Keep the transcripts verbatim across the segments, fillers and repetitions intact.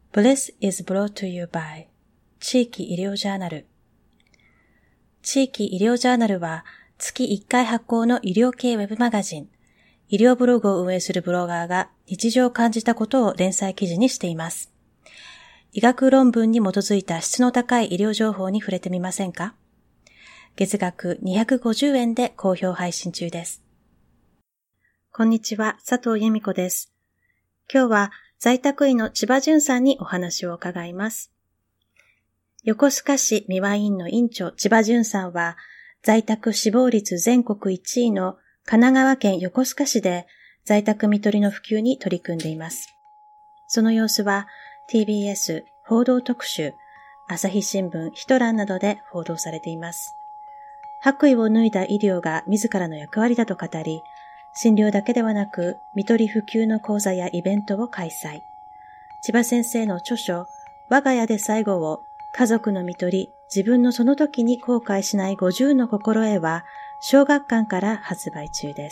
Bliss is brought to you by 地域医療ジャーナル。地域医療ジャーナルは月いっかい発行の医療系ウェブマガジン、医療ブログを運営するブロガーが日常を感じたことを連載記事にしています。医学論文に基づいた質の高い医療情報に触れてみませんか？月額にひゃくごじゅうえんで好評配信中です。こんにちは、佐藤由美子です。今日は在宅医の千葉淳さんにお話を伺います。横須賀市三輪院の院長千葉淳さんは、在宅死亡率全国いちいの神奈川県横須賀市で在宅看取りの普及に取り組んでいます。その様子は ティービーエス 報道特集、朝日新聞ヒトランなどで報道されています。白衣を脱いだ医療が自らの役割だと語り、診療だけではなく、看取り普及の講座やイベントを開催。千葉先生の著書、我が家で最後を、家族の看取り、自分のその時に後悔しないごじゅうの心得は、小学館から発売中です。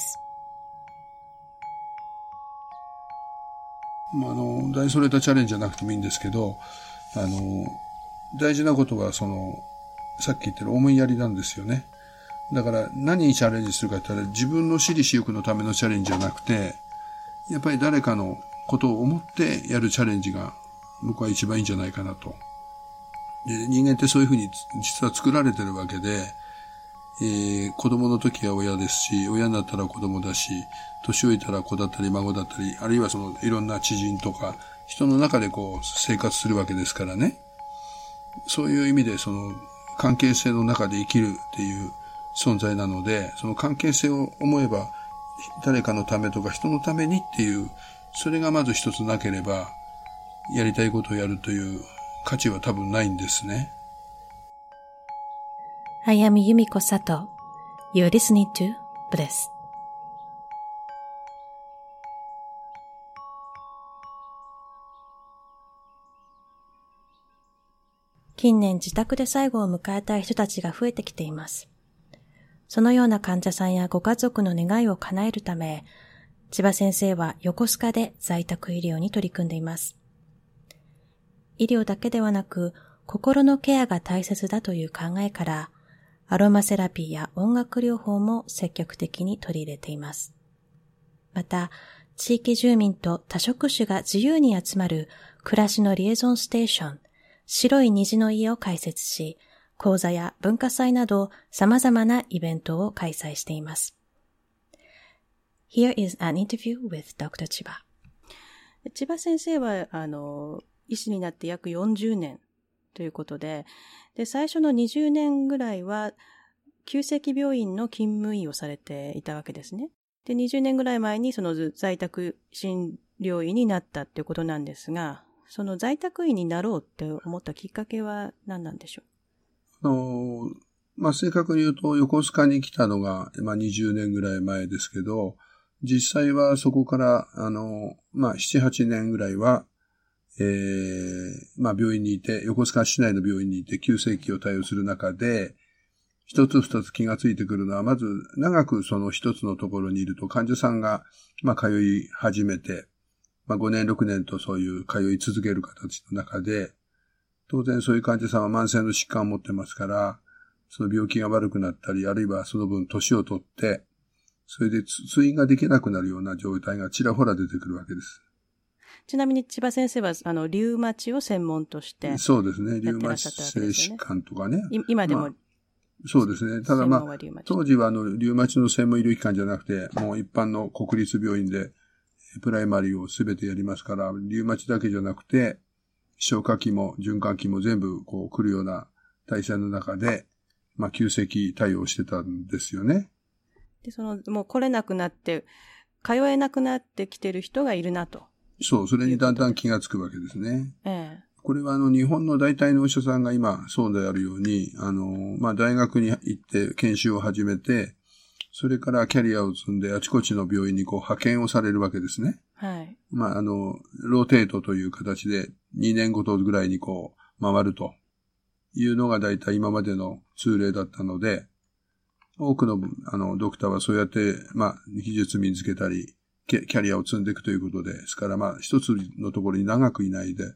まあ、あの、大それたチャレンジじゃなくてもいいんですけど、あの、大事なことは、その、さっき言ってる思いやりなんですよね。だから何にチャレンジするかって言ったら自分の私利私欲のためのチャレンジじゃなくて、やっぱり誰かのことを思ってやるチャレンジが僕は一番いいんじゃないかなと。で、人間ってそういうふうに実は作られてるわけで、えー、子供の時は親ですし、親になったら子供だし、年老いたら子だったり孫だったり、あるいはそのいろんな知人とか人の中でこう生活するわけですからね。そういう意味でその関係性の中で生きるっていう存在なので、その関係性を思えば誰かのためとか人のためにっていう、それがまず一つなければやりたいことをやるという価値は多分ないんですね。 I am Yumiko Sato. You're listening to Bliss. 近年自宅で最後を迎えたい人たちが増えてきています。そのような患者さんやご家族の願いを叶えるため、千葉先生は横須賀で在宅医療に取り組んでいます。医療だけではなく、心のケアが大切だという考えから、アロマセラピーや音楽療法も積極的に取り入れています。また、地域住民と多職種が自由に集まる暮らしのリエゾンステーション、白い虹の家を開設し、講座や文化祭など様々なイベントを開催しています。Here is an interview with ドクター 千葉。千葉先生は、あの、医師になって約よんじゅうねんということで、で、最初のにじゅうねんぐらいは、急性期病院の勤務医をされていたわけですね。で、にじゅうねんぐらい前にその在宅診療医になったということなんですが、その在宅医になろうって思ったきっかけは何なんでしょう？ あの、まあ、正確に言うと横須賀に来たのが、まあ、にじゅうねんぐらい前ですけど、実際はそこから、あの、まあ、なな、はちねんぐらいは、えー、まあ、病院にいて、横須賀市内の病院にいて、急性期を対応する中で、一つ二つ気がついてくるのは、まず、長くその一つのところにいると、患者さんが、まあ、通い始めて、まあ、ごねん、ろくねんとそういう通い続ける形の中で、当然そういう患者さんは慢性の疾患を持ってますから、その病気が悪くなったり、あるいはその分年を取って、それで通院ができなくなるような状態がちらほら出てくるわけです。 ちなみに千葉先生は、あの、リウマチを専門として。 そうですね。リウマチ性疾患とかね。 今でも、まあ、 そうですね。ただまあ、当時はあの、リウマチの専門医療機関じゃなくて、もう一般の国立病院で、プライマリーをすべてやりますから、リウマチだけじゃなくて、消化器も循環器も全部こう来るような体制の中で、まあ、急性期対応してたんですよね。 で、その、もう来れなくなって、通えなくなってきてる人がいるなと。 そう、それにだんだん気がつくわけですね。 ええ。 これはあの、日本の大体のお医者さんが今そうであるように、あの、まあ、大学に行って研修を始めて、それからキャリアを積んであちこちの病院にこう派遣をされるわけですね。 はい。 まあ、あの、ローテートという形でにねんごとぐらいにこう回るというのが大体今までの通例だったので、多くのあのドクターはそうやって、まあ、技術身につけたり、キャリアを積んでいくということで、ですからまあ、一つのところに長くいないで、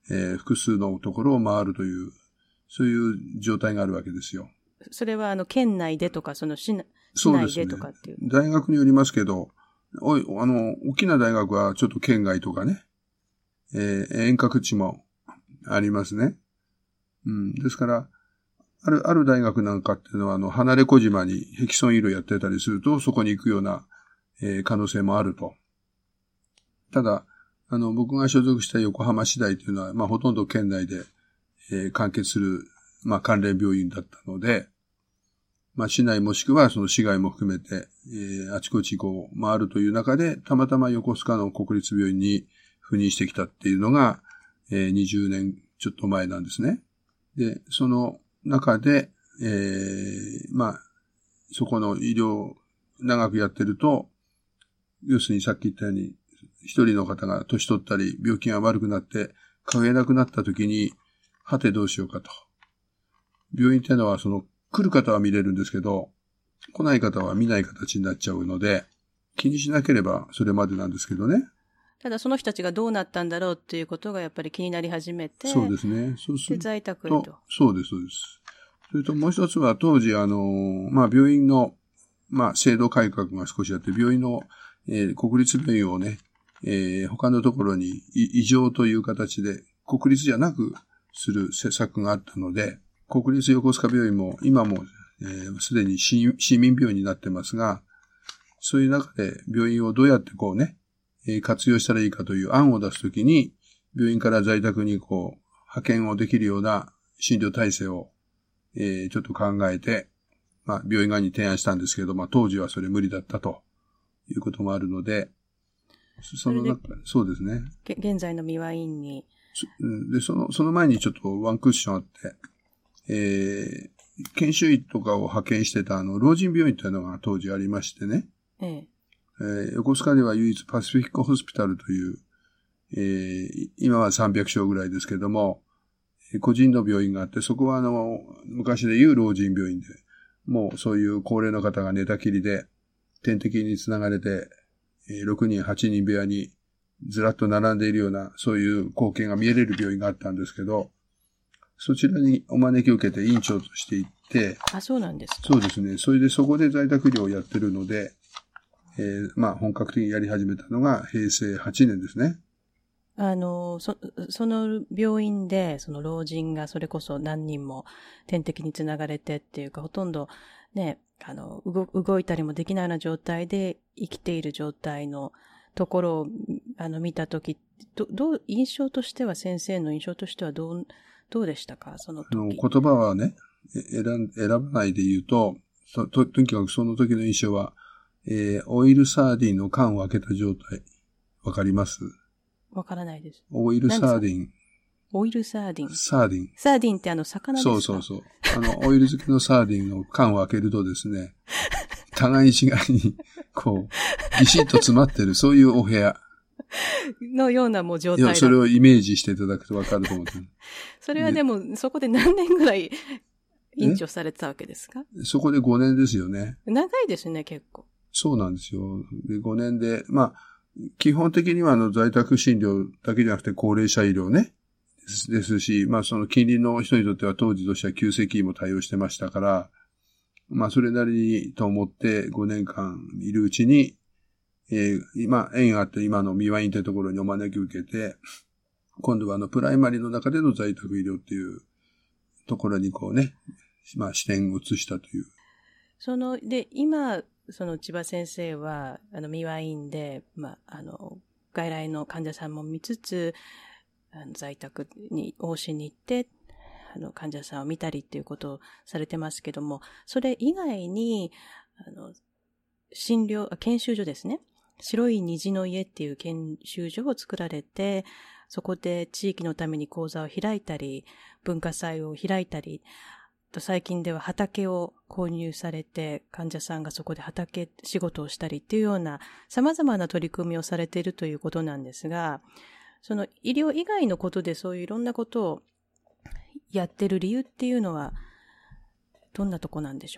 えー、複数のところを回るという、そういう状態があるわけですよ。 それは、あの、県内でとか、その市、市内でとかっていう。 そうですね。大学によりますけど、おい、あの、大きな大学はちょっと県外とかね、えー、遠隔地もありますね。うん。ですから、ある、ある大学なんかっていうのは、あの、離れ小島にヘキソン医療やってたりすると、そこに行くような、えー、可能性もあると。ただ、あの、僕が所属した横浜市大というのは、まあ、ほとんど県内で、えー、完結する、まあ、関連病院だったので、まあ、市内もしくはその市外も含めて、えー、あちこちこう回るという中で、たまたま横須賀の国立病院に赴任してきたっていうのが、えー、にじゅうねんちょっと前なんですね。で、その中で、えー、まあ、そこの医療長くやってると、要するにさっき言ったように、一人の方が年取ったり、病気が悪くなって、通えなくなった時に、はてどうしようかと。病院っていうのは、その、来る方は見れるんですけど、来ない方は見ない形になっちゃうので、気にしなければそれまでなんですけどね。 ただその人たちがどうなったんだろうっていうことがやっぱり気になり始めて。 そうですね。そうすると。 で、在宅へと。 そうです、そうです。それともう一つは当時、あの、まあ、病院の、まあ、制度改革が少しあって、病院の、えー、国立病院をね、えー、他のところに移譲という形で、国立じゃなくする施策があったので、国立横須賀病院も今もすで、えー、に市民病院になってますが、そういう中で病院をどうやってこうね、えー、活用したらいいかという案を出すときに、病院から在宅にこう派遣をできるような診療体制を、えー、ちょっと考えて、まあ病院側に提案したんですけど、まあ当時はそれ無理だったということもあるので、その中、そうですね。 現在の三輪院に。 で、その、その前にちょっとワンクッションあって、えー、研修医とかを派遣してたあの、老人病院というのが当時ありましてね。えええー、横須賀では唯一パシフィックホスピタルという、えー、今はさんびゃくしょうぐらいですけども、個人の病院があって、そこはあの、昔でいう老人病院で、もうそういう高齢の方が寝たきりで、点滴につながれて、ろくにん、はちにん部屋にずらっと並んでいるような、そういう光景が見えれる病院があったんですけど、そちらにお招きを受けて院長として行って、 あ、そうなんですか。 そうですね。それでそこで在宅医療をやってるので、えー、まあ本格的にやり始めたのがへいせいはちねんですね。 あの、そ、その病院で、その老人がそれこそ何人も点滴につながれてっていうか、ほとんどね、あの、動、動いたりもできないような状態で生きている状態のところを、あの、見たとき、ど、どう、印象としては、先生の印象としてはどう、どうでしたかその時。 あの、言葉はね、選ん、選ばないで言うと、と、と、とにかくその時の印象は、えー、オイルサーディンの缶を開けた状態。わかります？ わからないです。 オイルサーディン。 オイルサーディン。 サーディン。 サーディンってあの魚ですか？ そうそうそう。あの、オイル好きのサーディンの缶を開けるとですね、互い違いに、こう、ぎしっと詰まってる、そういうお部屋。 のようなもう状態だ。 いや、それをイメージしていただくとわかると思って。 それはでも、ね、そこで何年ぐらい院長されてたわけですか？ そこでごねんですよね。 長いですね、結構。 そうなんですよ。で、ごねんで、まあ、基本的にはあの在宅診療だけじゃなくて高齢者医療ね。ですし、まあその近隣の人にとっては当時としては急性期も対応してましたから、まあそれなりにと思ってごねんかんいるうちに、えー、今、縁があって今の三輪院というところにお招きを受けて、今度はあのプライマリの中での在宅医療っていうところにこうね、まあ視点を移したという。 その、で、今、その千葉先生は、あの、三輪院で、まあ、あの、外来の患者さんも見つつ、あの在宅に、往診に行って、あの、患者さんを見たりっていうことをされてますけども、それ以外に、あの、診療、研修所ですね。白い虹の家っていう研修所を作られて、そこで地域のために講座を開いたり、文化祭を開いたり、最近では畑を購入されて、患者さんがそこで畑仕事をしたりっていうような様々な取り組みをされているということなんですが、その医療以外のことでそういういろんなことをやってる理由っていうのはどんなとこなんでしょうか？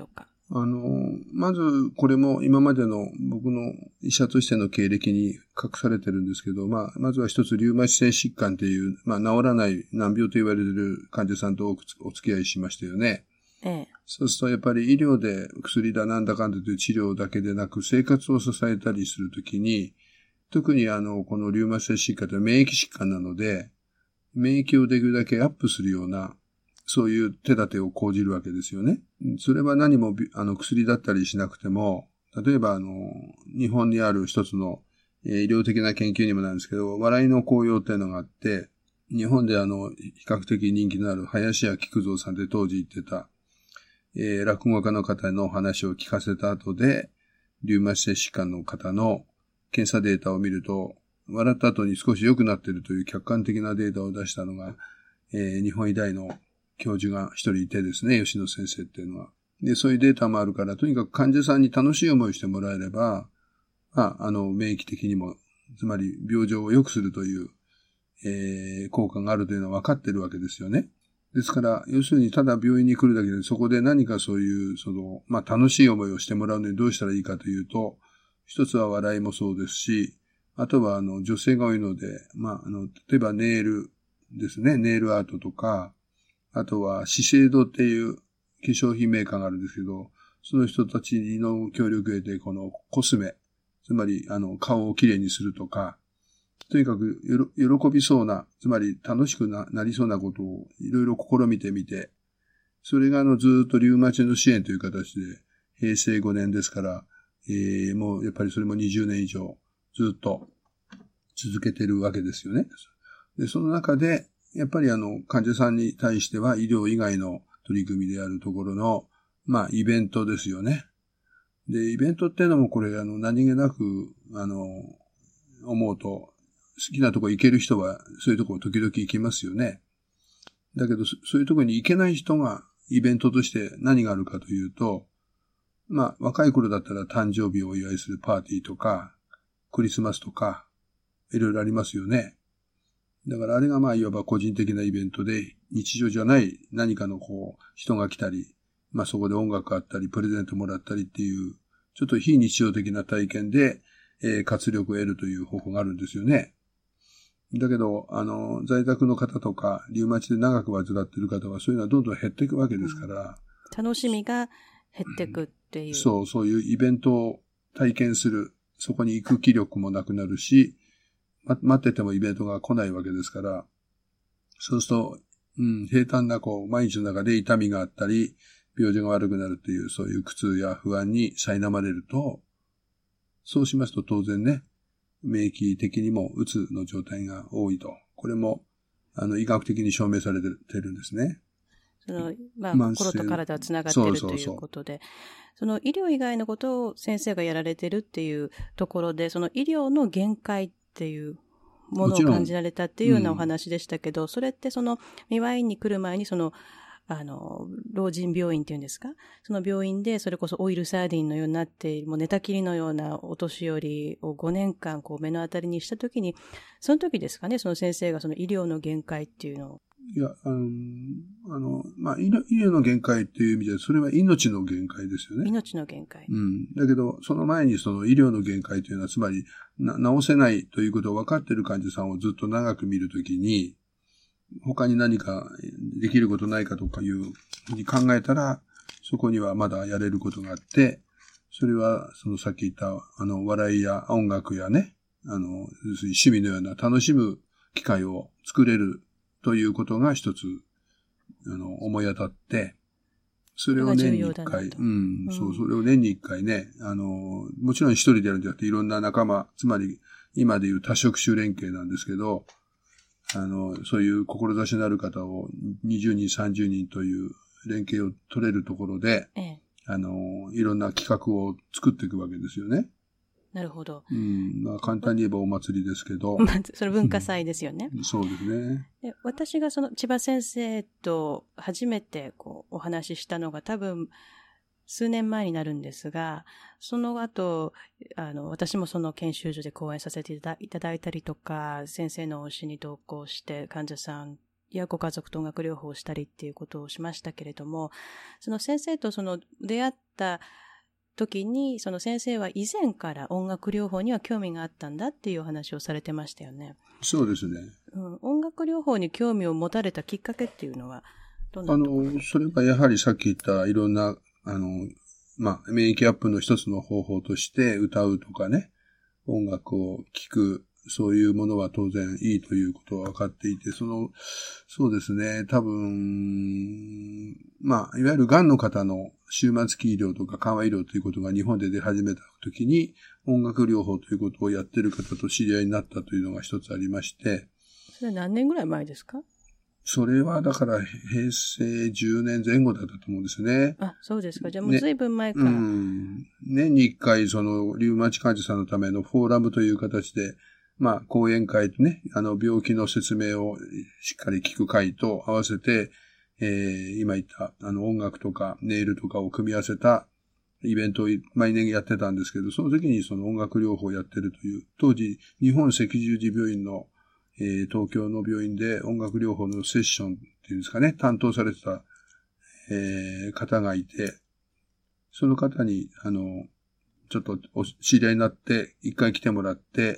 あの、まず、これも今までの僕の医者としての経歴に隠されてるんですけど、まあ、まずは一つ、リウマチ性疾患っていう、まあ、治らない難病と言われている患者さんとお付き合いしましたよね。 ええ。 そうすると、やっぱり医療で薬だなんだかんだという治療だけでなく、生活を支えたりするときに、特にあの、このリウマチ性疾患って免疫疾患なので、免疫をできるだけアップするような、そういう手立てを講じるわけですよね。それは何もあの薬だったりしなくても、例えばあの、日本にある一つの、えー、医療的な研究にもなるんですけど、笑いの効用っていうのがあって、日本であの、比較的人気のある林家木久蔵さんで当時言ってた、えー、落語家の方の話を聞かせた後で、リウマチ性疾患の方の検査データを見ると、笑った後に少し良くなっているという客観的なデータを出したのが、えー、日本医大の教授が一人いてですね、吉野先生っていうのは。で、そういうデータもあるから、とにかく患者さんに楽しい思いをしてもらえれば、まあ、あの、免疫的にも、つまり病状を良くするという、えー、効果があるというのは分かっているわけですよね。ですから、要するにただ病院に来るだけで、そこで何かそういう、その、まあ、楽しい思いをしてもらうのにどうしたらいいかというと、一つは笑いもそうですし、あとは、あの、女性が多いので、まあ、あの、例えばネイルですね、ネイルアートとか、あとは、資生堂っていう化粧品メーカーがあるんですけど、その人たちの協力を得て、このコスメ、つまり、あの、顔をきれいにするとか、とにかくよろ、喜びそうな、つまり楽しく な, なりそうなことをいろいろ試みてみて、それがあの、ずっとリウマチの支援という形で、へいせいごねんですから、えー、もうやっぱりそれもにじゅうねん以上、ずっと続けてるわけですよね。で、その中で、やっぱりあの、患者さんに対しては医療以外の取り組みであるところの、まあ、イベントですよね。で、イベントっていうのもこれ、あの、何気なく、あの、思うと、好きなとこ行ける人は、そういうとこ時々行きますよね。だけど、そういうとこに行けない人が、イベントとして何があるかというと、まあ、若い頃だったら誕生日をお祝いするパーティーとか、クリスマスとか、いろいろありますよね。だからあれがまあいわば個人的なイベントで日常じゃない何かのこう人が来たり、まあそこで音楽あったりプレゼントもらったりっていうちょっと非日常的な体験で、えー、活力を得るという方法があるんですよね。だけどあの在宅の方とかリウマチで長く患っている方はそういうのはどんどん減っていくわけですから、 うん、楽しみが減っていくっていう、 そうそういうイベントを体験するそこに行く気力もなくなるし待っててもイベントが来ないわけですから、そうすると、うん、平坦なこう、毎日の中で痛みがあったり、病状が悪くなるっていう、そういう苦痛や不安に苛まれると、そうしますと当然ね、免疫的にもうつの状態が多いと。これも、あの、医学的に証明されてるんですね。 その、まあ、心と体はつながっているということで、その医療以外のことを先生がやられてるっていうところで、その医療の限界っていうものを感じられたっていうようなお話でしたけど、うん、それってその三輪院に来る前にそのあの老人病院っていうんですか、その病院でそれこそオイルサーディンのようになっているもう寝たきりのようなお年寄りをごねんかんこう目の当たりにしたときに、その時ですかね、その先生がその医療の限界っていうのを。 いや、あの、あのまあ、医療の限界っていう意味で、それは命の限界ですよね。 命の限界。 うん。だけど、その前にその医療の限界というのは、つまり、な治せないということを分かっている患者さんをずっと長く見るときに、他に何かできることないかとかいうふうに考えたら、そこにはまだやれることがあって、それは、そのさっき言った、あの、笑いや音楽やね、あの、要するに趣味のような楽しむ機会を作れるということが一つ、あの、思い当たって、それを年に一回、うん、うん、そう、それを年に一回ね、あの、もちろん一人でやるんじゃなくて、いろんな仲間、つまり、今でいう多職種連携なんですけど、あの、そういう志のある方をにじゅうにん、さんじゅうにんという連携を取れるところで、ええ、あの、いろんな企画を作っていくわけですよね。 なるほど。 うん。まあ、簡単に言えばお祭りですけど。 それ文化祭ですよね。 うん、そうですね。 で、私がその千葉先生と初めてこうお話ししたのが多分数年前になるんですが、その後、あの、私もその研修所で講演させていただいたりとか、先生の教えに同行して患者さんやご家族と音楽療法をしたりっていうことをしましたけれども、その先生とその出会った時に、その先生は以前から音楽療法には興味があったんだっていうお話をされてましたよね。 そうですね。 うん、音楽療法に興味を持たれたきっかけっていうのはどんなあところ？ の、それはやはりさっき言ったいろんな、あの、まあ、免疫アップの一つの方法として歌うとかね、音楽を聴く、そういうものは当然いいということは分かっていて、その、そうですね、多分、まあ、いわゆる癌の方の終末期医療とか緩和医療ということが日本で出始めた時に、音楽療法ということをやっている方と知り合いになったというのが一つありまして。 それは何年ぐらい前ですか？ それはだから平成じゅうねんぜん後だったと思うんですね。 あ、そうですか。じゃあもう随分前から。ね、 うん。年に一回そのリウマチ患者さんのためのフォーラムという形で、まあ講演会とね、あの病気の説明をしっかり聞く会と合わせて、えー、今言ったあの音楽とかネイルとかを組み合わせたイベントを毎年やってたんですけど、その時にその音楽療法をやってるという、当時日本赤十字病院のえー、東京の病院で音楽療法のセッションっていうんですかね、担当されてた、えー、方がいて、その方に、あの、ちょっとお知り合いになって、一回来てもらって、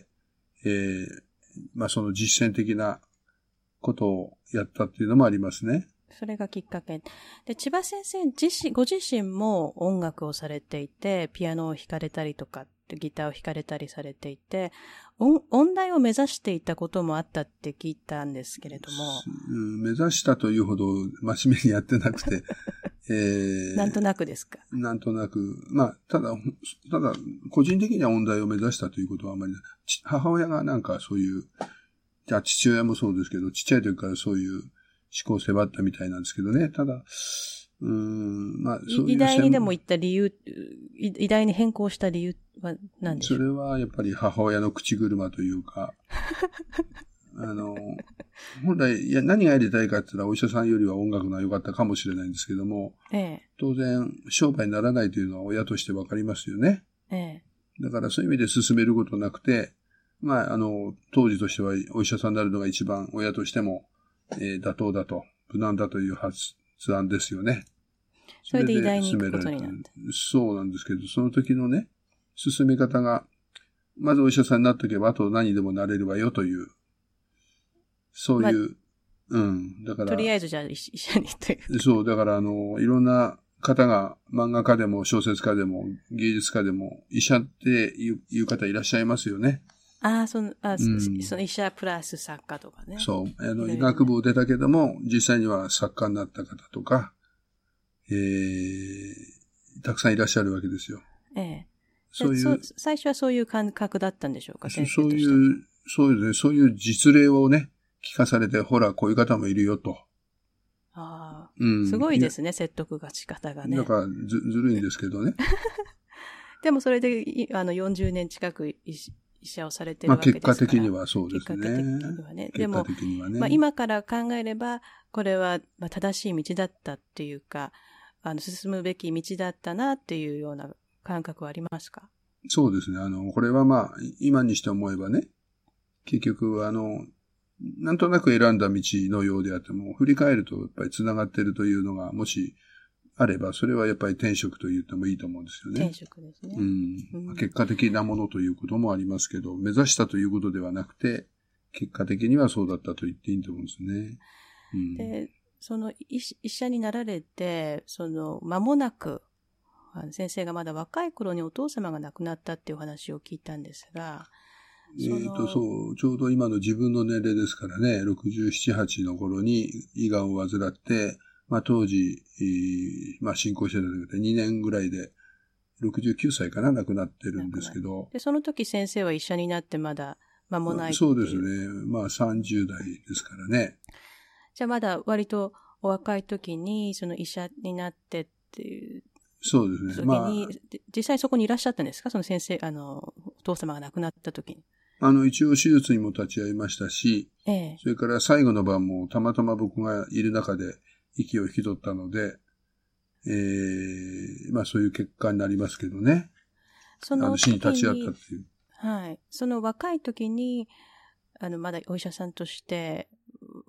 えー、まあその実践的なことをやったっていうのもありますね。 それがきっかけ。で、千葉先生自身、ご自身も音楽をされていて、ピアノを弾かれたりとか、ギターを弾かれたりされていて、音、音大を目指していたこともあったって聞いたんですけれども。 うん、目指したというほど真面目にやってなくて、えー、 なんとなくですか？ なんとなく、まあ、ただ、ただ、個人的には音大を目指したということはあまりない。母親がなんかそういう、じゃあ父親もそうですけど、ちっちゃい時からそういう思考を迫ったみたいなんですけどね。ただ、うーん、まあ、そういう。 医大にでも行った理由、医大に変更した理由は何でしょう？ それはやっぱり母親の口車というか、あの、本来、いや、何がやりたいかって言ったらお医者さんよりは音楽が良かったかもしれないんですけども、 ええ、 当然、商売にならないというのは親としてわかりますよね。 ええ、 だからそういう意味で進めることなくて、まあ、あの、当時としてはお医者さんになるのが一番親としても、えー、妥当だと、無難だという発案ですよね。 それで医大に行くことになった。 そうなんですけど、その時のね、進め方が、まずお医者さんになっておけば、あと何でもなれるわよという、そういう、まあ、うん。だから。 とりあえずじゃあ医者にという。 そう、だからあの、いろんな方が漫画家でも小説家でも芸術家でも医者っていういう方いらっしゃいますよね。 ああ、その、あ、 うん、 その医者プラス作家とかね。 そう。あの、医学部を出たけども、実際には作家になった方とか、えー、たくさんいらっしゃるわけですよ。 ええ。 そういう。 最初はそういう感覚だったんでしょうか、先生そういう、そういうね、そういう実例をね、聞かされて、ほら、こういう方もいるよと。 ああ、 うん。 すごいですね、説得が仕方がね。 だからず、ずるいんですけどね。 でもそれで、あの、よんじゅうねん近く医者をされてるわけですから。 まあ、結果的にはそうですね。 結果的にはね。 でも、結果的にはね、 まあ、今から考えれば、これは正しい道だったっていうか、あの、進むべき道だったなっていうような感覚はありますか？ そうですね。あの、これはまあ、今にして思えばね、結局、あの、なんとなく選んだ道のようであっても、振り返るとやっぱり繋がっているというのが、もしあれば、それはやっぱり転職と言ってもいいと思うんですよね。 転職ですね。 うん。うん、結果的なものということもありますけど、目指したということではなくて、結果的にはそうだったと言っていいと思うんですね。 うん、で、その医者になられて、その間もなく、先生がまだ若い頃にお父様が亡くなったっていう話を聞いたんですが、 えっと、そう、ちょうど今の自分の年齢ですからね、ろくじゅうなな、はちの頃に胃がんを患って、まあ当時、まあ進行してたのでにねんぐらいで、ろくじゅうきゅうさいかな、亡くなってるんですけど。 で、その時先生は医者になってまだ間もないっていう。 そうですね。まあさんじゅう代ですからね。 じゃあまだ割とお若い時に、その医者になってっていう。 そうですね。まあ。 実際そこにいらっしゃったんですか？その先生、あの、お父様が亡くなった時に。 あの、一応手術にも立ち会いましたし、 ええ、 それから最後の晩もたまたま僕がいる中で息を引き取ったので、ええ、まあそういう結果になりますけどね。 その死に立ち会ったっていう。 はい。その若い時に、あの、まだお医者さんとして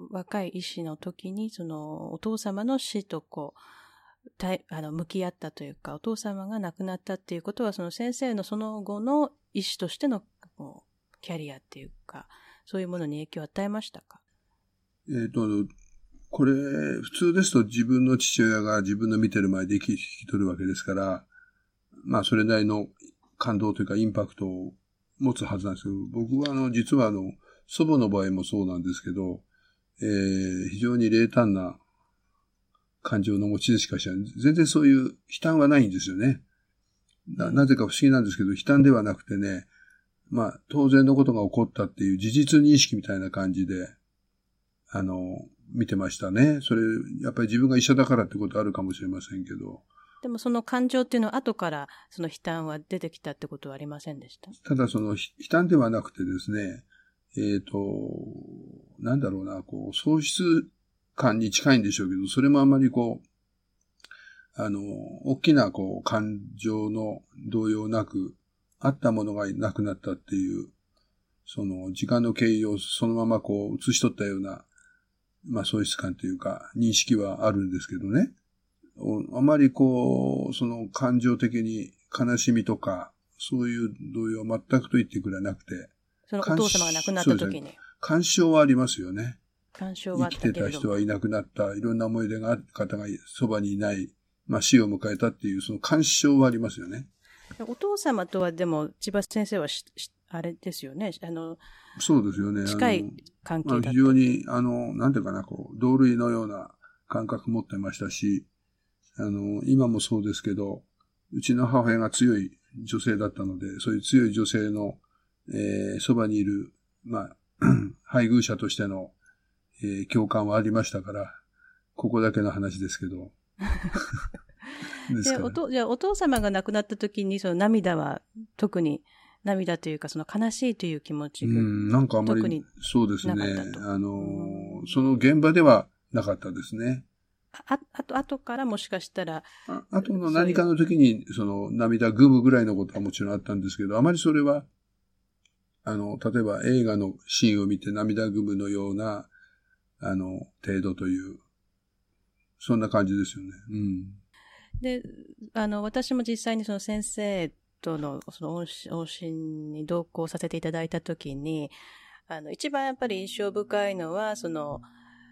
若い医師の時に、その、お父様の死とこう、たあの、向き合ったというか、お父様が亡くなったっていうことは、その先生のその後の医師としての、こう、キャリアっていうか、そういうものに影響を与えましたか？ えっと、これ、普通ですと自分の父親が自分の見てる前で生き取るわけですから、まあ、それなりの感動というかインパクトを持つはずなんですけど、僕はあの、実はあの、祖母の場合もそうなんですけど、えー、非常に冷淡な感情の持ち主かしら、全然そういう悲嘆はないんですよね。な、なぜか不思議なんですけど、悲嘆ではなくてね、まあ、当然のことが起こったっていう事実認識みたいな感じで、あの、見てましたね。それ、やっぱり自分が医者だからってことあるかもしれませんけど。 でもその感情っていうのは後からその悲嘆は出てきたってことはありませんでした？ ただその悲嘆ではなくてですね、えっと、なんだろうな、こう、喪失感に近いんでしょうけど、それもあんまりこう、あの、大きなこう、感情の動揺なく、あったものがなくなったっていう、その時間の経緯をそのままこう、映し取ったような、まあ、喪失感というか、認識はあるんですけどね。あまりこう、その感情的に悲しみとか、そういう動揺は全くと言ってくれなくて。 そのお父様が亡くなった時に。 感傷はありますよね。 感傷はあったけれども。 生きてた人はいなくなった、いろんな思い出がある方がそばにいない、まあ死を迎えたっていう、その感傷はありますよね。 お父様とはでも、千葉先生はし、しあれですよね。あの、 そうですよね。 近い関係だった。 非常に、あの、なんていうかな、こう、同類のような感覚持ってましたし、あの、今もそうですけど、うちの母親が強い女性だったので、そういう強い女性の、えー、そばにいる、まあ、配偶者としての、えー、共感はありましたから、ここだけの話ですけど。 ですから。で、おと、じゃあお父様が亡くなった時に、その涙は特に、涙というか、その悲しいという気持ちが、うん、 なんかあんまり、特にそうですね。あの、その現場ではなかったですね。 あ、あと、後からもしかしたら。 あ、あとの何かの時に、その涙ぐむぐらいのことはもちろんあったんですけど、あまりそれは、あの、例えば映画のシーンを見て涙ぐむのような、あの、程度という、そんな感じですよね。うん。 で、あの、私も実際にその先生との、その往診に同行させていただいたときに、あの、一番やっぱり印象深いのは、その、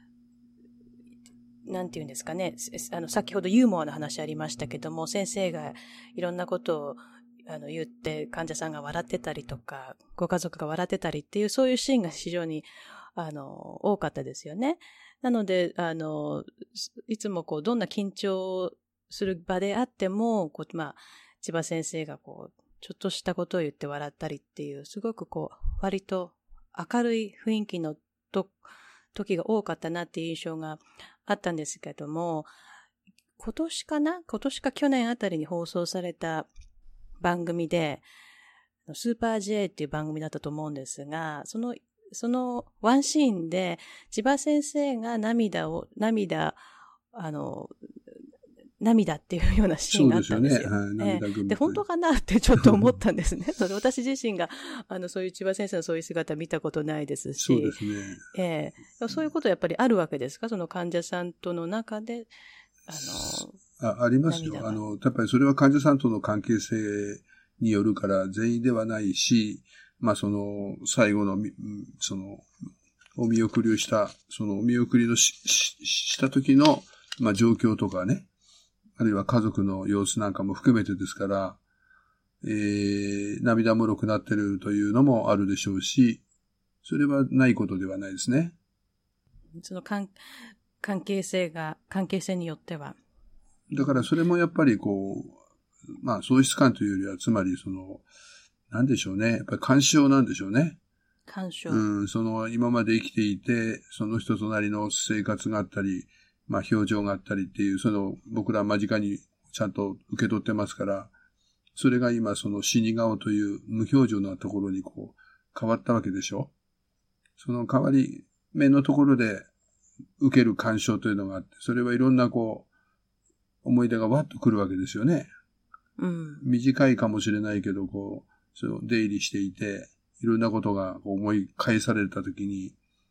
なんていうんですかね、あの、先ほどユーモアの話ありましたけども、先生がいろんなことをあの言って患者さんが笑ってたりとか、ご家族が笑ってたりっていう、そういうシーンが非常に、あの、多かったですよね。なので、あの、いつもこう、どんな緊張する場であっても、こう、まあ、千葉先生がこう、ちょっとしたことを言って笑ったりっていう、すごくこう、割と明るい雰囲気のと、時が多かったなっていう印象があったんですけども、今年かな今年か去年あたりに放送された番組で、スーパー J っていう番組だったと思うんですが、その、そのワンシーンで、千葉先生が涙を、涙、あの、涙っていうようなシーンがあったんですよ。 そうですよね。はい、涙ぐむ。 で、本当かなってちょっと思ったんですね。それ私自身が、あの、そういう千葉先生のそういう姿見たことないですし。 そうですね。 ええ、そういうことはやっぱりあるわけですか？その患者さんとの中で、あの、あ、ありますよ。あの、やっぱりそれは患者さんとの関係性によるから全員ではないし、まあその、最後の、その、お見送りをした、そのお見送りのし、し、した時の、まあ状況とかね、あるいは家族の様子なんかも含めてですから、えー、涙もろくなってるというのもあるでしょうし、それはないことではないですね。 その関、関係性が、関係性によっては。 だからそれもやっぱりこう、まあ喪失感というよりは、つまりその、なんでしょうね。やっぱり干渉なんでしょうね。 干渉。 うん、その今まで生きていて、その人となりの生活があったり、まあ表情があったりっていう、その僕ら間近にちゃんと受け取ってますから、それが今その死に顔という無表情なところにこう変わったわけでしょ。その変わり目のところで受ける干渉というのがあって、それはいろんなこう思い出がわっと来るわけですよね。 うん、 短いかもしれないけど、こう、その出入りしていて、いろんなことが思い返されたときに、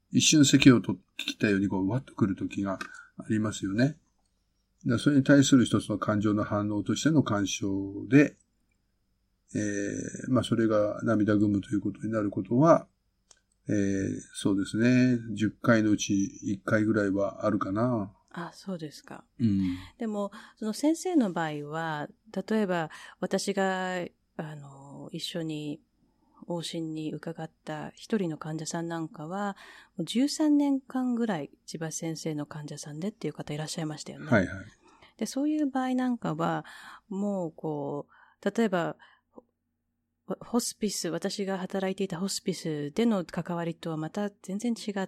一瞬咳をと聞きたようにこう、わっと来る時がありますよね。だそれに対する一つの感情の反応としての干渉で、えー、まあそれが涙ぐむということになることは、えー、そうですね。じゅっかいのうちいっかいぐらいはあるかな。 あ、そうですか。 うん。 でも、その先生の場合は、例えば私が、あの、一緒に往診に伺った一人の患者さんなんかは、じゅうさんねんかんぐらい千葉先生の患者さんでっていう方いらっしゃいましたよね。 はいはい。 で、そういう場合なんかは、もうこう、例えば、ホスピス、私が働いていたホスピスでの関わりとはまた全然違って、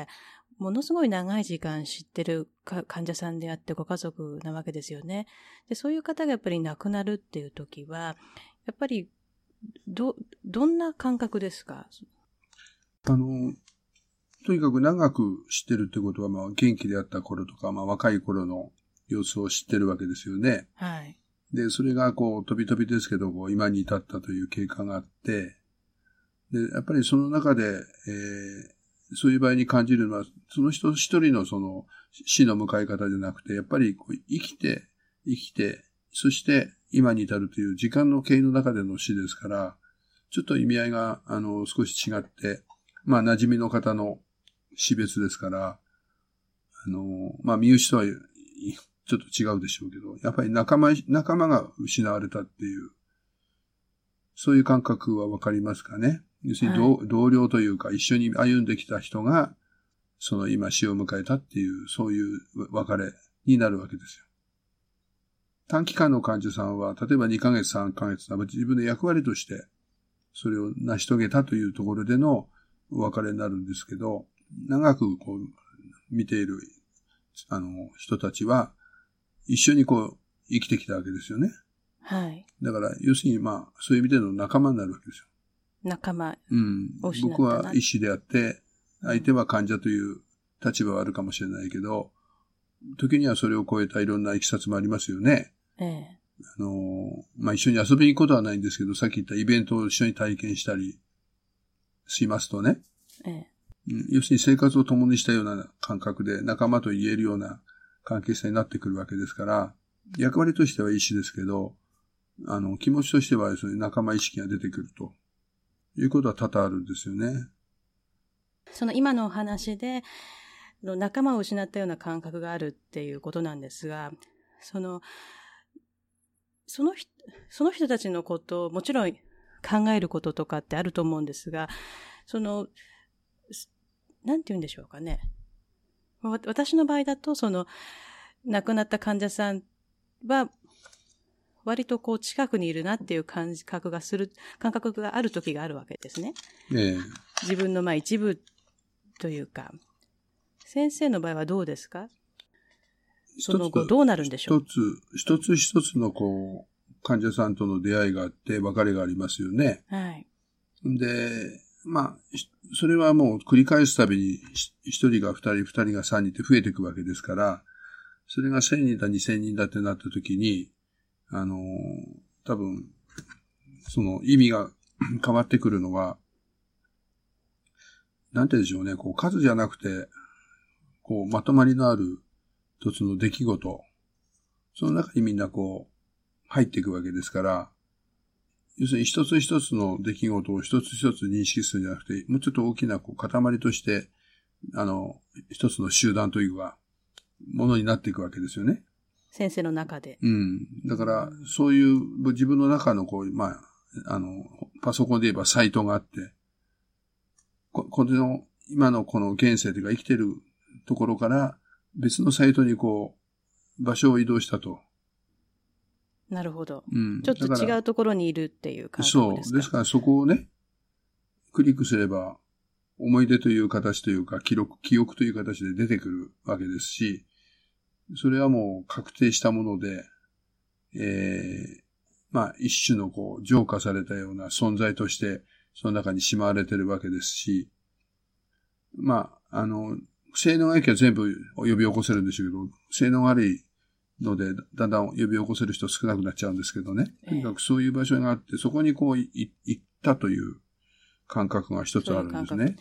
ものすごい長い時間知ってる患者さんであってご家族なわけですよね。で、そういう方がやっぱり亡くなるっていう時は、やっぱり、ど、どんな感覚ですか？ あの、とにかく長く知ってるってことは、まあ元気であった頃とか、まあ若い頃の様子を知ってるわけですよね。 はい。 で、それがこう、飛び飛びですけど、こう、今に至ったという経過があって、で、やっぱりその中で、えー、そういう場合に感じるのは、その人一人のその死の迎え方じゃなくて、やっぱりこう生きて、生きて、そして今に至るという時間の経緯の中での死ですから、ちょっと意味合いが、あの、少し違って、まあ、馴染みの方の死別ですから、あの、まあ、身内とはちょっと違うでしょうけど、やっぱり仲間、仲間が失われたっていう、そういう感覚はわかりますかね。要するに同、はい、同僚というか一緒に歩んできた人が、その今死を迎えたっていう、そういう別れになるわけですよ。短期間の患者さんは、例えばにかげつ、さんかげつ、自分の役割として、それを成し遂げたというところでのお別れになるんですけど、長くこう、見ている、あの、人たちは、一緒にこう、生きてきたわけですよね。 はい。 だから、要するにまあ、そういう意味での仲間になるわけですよ。 仲間。 うん。僕は医師であって、相手は患者という立場はあるかもしれないけど、時にはそれを超えたいろんな経緯もありますよね。 ええ。 あの、まあ、一緒に遊びに行くことはないんですけど、さっき言ったイベントを一緒に体験したりしますとね。 ええ。 要するに生活を共にしたような感覚で仲間と言えるような関係性になってくるわけですから、役割としては医師ですけど、あの、気持ちとしてはそういう仲間意識が出てくるということは多々あるんですよね。 その今のお話で、仲間を失ったような感覚があるっていうことなんですが、その、その人、その人たちのことをもちろん考えることとかってあると思うんですが、その、なんて言うんでしょうかね。私の場合だと、その、亡くなった患者さんは、割とこう近くにいるなっていう感覚がする、感覚がある時があるわけですね。 ええ、 自分のまあ一部というか、先生の場合はどうですか？その後どうなるんでしょう？ 一つ、一つ一つのこう、患者さんとの出会いがあって別れがありますよね。 はい。 で、まあ、それはもう繰り返すたびに一人が二人、二人が三人って増えていくわけですから、それが千人だ二千人だってなった時に、あの、多分、その意味が変わってくるのは、なんてでしょうね、こう数じゃなくて、こうまとまりのある一つの出来事、その中にみんなこう入っていくわけですから、要するに一つ一つの出来事を一つ一つ認識するんじゃなくて、もうちょっと大きなこう塊として、あの、一つの集団というか、ものになっていくわけですよね。 先生の中で。 うん。だから、そういう自分の中のこう、まあ、あの、パソコンで言えばサイトがあって、こ, この、今のこの現世というか生きてるところから別のサイトにこう、場所を移動したと。 なるほど。 うん。 ちょっと違うところにいるっていう感覚ですか？ そう。ですからそこをね、クリックすれば、思い出という形というか、記録、記憶という形で出てくるわけですし、それはもう確定したもので、ええー、まあ一種のこう浄化されたような存在としてその中にしまわれてるわけですし、まああの性能が良きは全部呼び起こせるんでしょうけど、性能が悪いのでだんだん呼び起こせる人少なくなっちゃうんですけどね。とにかくそういう場所があって、そこにこうい行ったという感覚が一つあるんですね。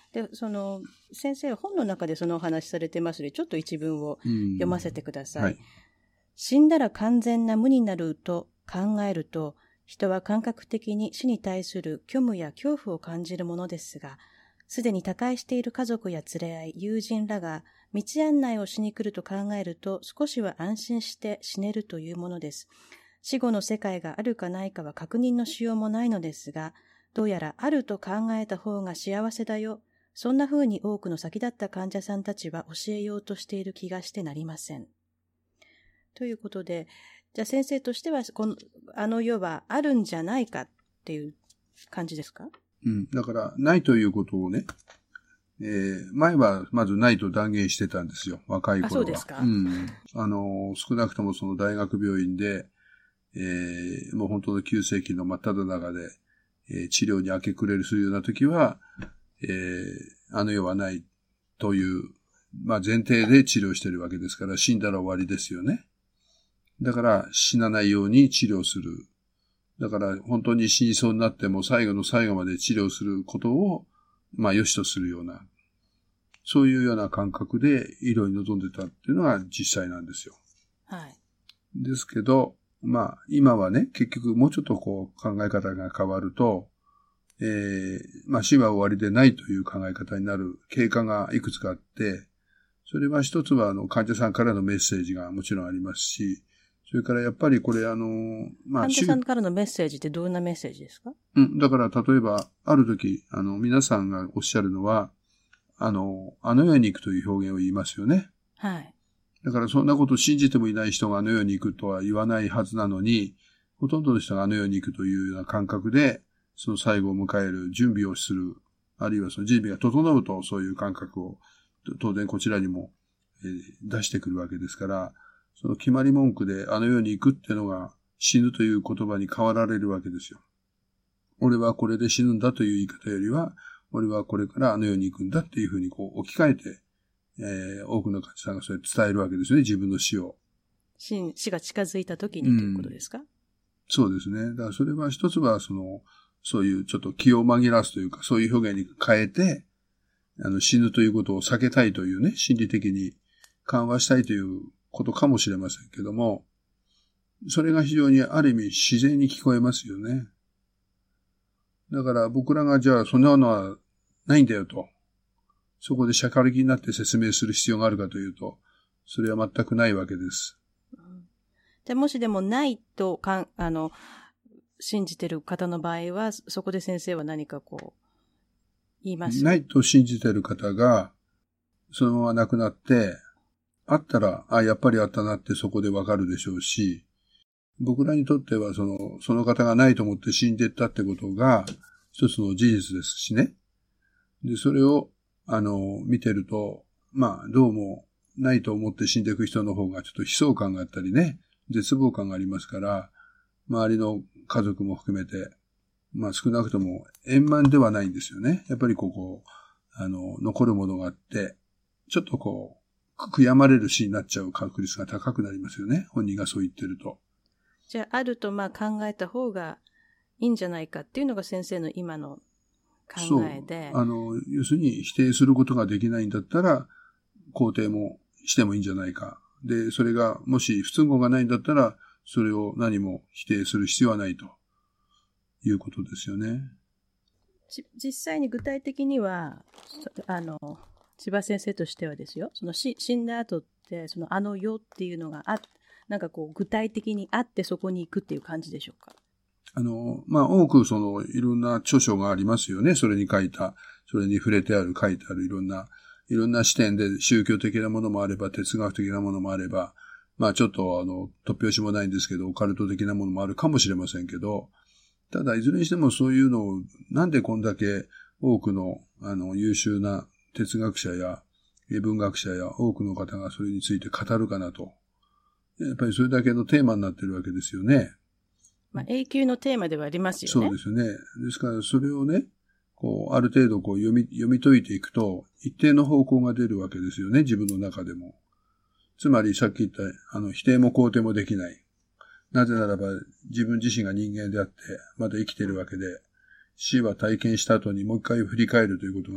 で、その、先生、本の中でそのお話されてますので、ちょっと一文を読ませてください。はい、死んだら完全な無になると考えると、人は感覚的に死に対する虚無や恐怖を感じるものですが、すでに他界している家族や連れ合い、友人らが道案内をしに来ると考えると、少しは安心して死ねるというものです。死後の世界があるかないかは確認のしようもないのですが、どうやらあると考えた方が幸せだよ。そんな風に多くの先立った患者さんたちは教えようとしている気がしてなりません。ということで、じゃあ先生としては、この、あの世はあるんじゃないかっていう感じですか？ うん。だから、ないということをね、えー、前はまずないと断言してたんですよ。若い頃は。あ、 そうですか。 うん。あの、少なくともその大学病院で、えー、もう本当の急性期の真っ只中で、えー、治療に明け暮れるするような時は、えー、あの世はないという、まあ前提で治療してるわけですから、死んだら終わりですよね。だから死なないように治療する。だから本当に死にそうになっても最後の最後まで治療することを、まあ良しとするような、そういうような感覚で医療に臨んでたっていうのが実際なんですよ。 はい。 ですけど、まあ今はね、結局もうちょっとこう考え方が変わると、えー、まあ死は終わりでないという考え方になる経過がいくつかあって、それは一つはあの患者さんからのメッセージがもちろんありますし、それからやっぱりこれあの、まあ、 患者さんからのメッセージってどんなメッセージですか？ うん、だから例えばある時、あの皆さんがおっしゃるのは、あの、あの世に行くという表現を言いますよね。 はい。 だからそんなことを信じてもいない人があの世に行くとは言わないはずなのに、ほとんどの人があの世に行くというような感覚で、その最後を迎える準備をする、あるいはその準備が整うとそういう感覚を当然こちらにも出してくるわけですから、その決まり文句であの世に行くっていうのが死ぬという言葉に変わられるわけですよ。俺はこれで死ぬんだという言い方よりは、俺はこれからあの世に行くんだっていうふうにこう置き換えて、えー、多くの患者さんがそれ伝えるわけですよね、自分の死を。 死、死が近づいた時にということですか？うん、 そうですね。だからそれは一つはその、そういうちょっと気を紛らわすというか、そういう表現に変えて、あの死ぬということを避けたいというね、心理的に緩和したいということかもしれませんけども、それが非常にある意味自然に聞こえますよね。だから僕らがじゃあそんなのはないんだよと、そこでしゃかりきになって説明する必要があるかというと、それは全くないわけです。 うん、じゃあもしでもないとかん、あの、信じてる方の場合は、そこで先生は何かこう、言います？ ないと信じてる方が、そのまま亡くなって、あったら、あ、やっぱりあったなってそこでわかるでしょうし、僕らにとってはその、その方がないと思って死んでったってことが一つの事実ですしね。で、それを、あの、見てると、まあ、どうもないと思って死んでいく人の方がちょっと悲壮感があったりね、絶望感がありますから、周りの家族も含めて、まあ少なくとも円満ではないんですよね。やっぱりここ、あの、残るものがあって、ちょっとこう、悔やまれる死になっちゃう確率が高くなりますよね。本人がそう言ってると。 じゃあ、あるとまあ考えた方がいいんじゃないかっていうのが先生の今の考えで。 そう。あの、要するに否定することができないんだったら、肯定もしてもいいんじゃないか。で、それがもし不都合がないんだったら、それを何も否定する必要はないということですよね。 実際に具体的には、あの、千葉先生としてはですよ、その死んだ後って、そのあの世っていうのがあ、なんかこう具体的にあってそこに行くっていう感じでしょうか？ あの、まあ、多くそのいろんな著書がありますよね。それに書いた、それに触れてある、書いてあるいろんな、いろんな視点で宗教的なものもあれば、哲学的なものもあれば、まあちょっとあの、突拍子もないんですけど、オカルト的なものもあるかもしれませんけど、ただいずれにしてもそういうのを、なんでこんだけ多くの、あの、優秀な哲学者や文学者や多くの方がそれについて語るかなと。やっぱりそれだけのテーマになってるわけですよね。 まあ永久のテーマではありますよね。 そうですよね。ですからそれをね、こう、ある程度こう読み、読み解いていくと、一定の方向が出るわけですよね、自分の中でも。つまりさっき言った、あの、否定も肯定もできない。なぜならば自分自身が人間であって、まだ生きているわけで、死は体験した後にもう一回振り返るということが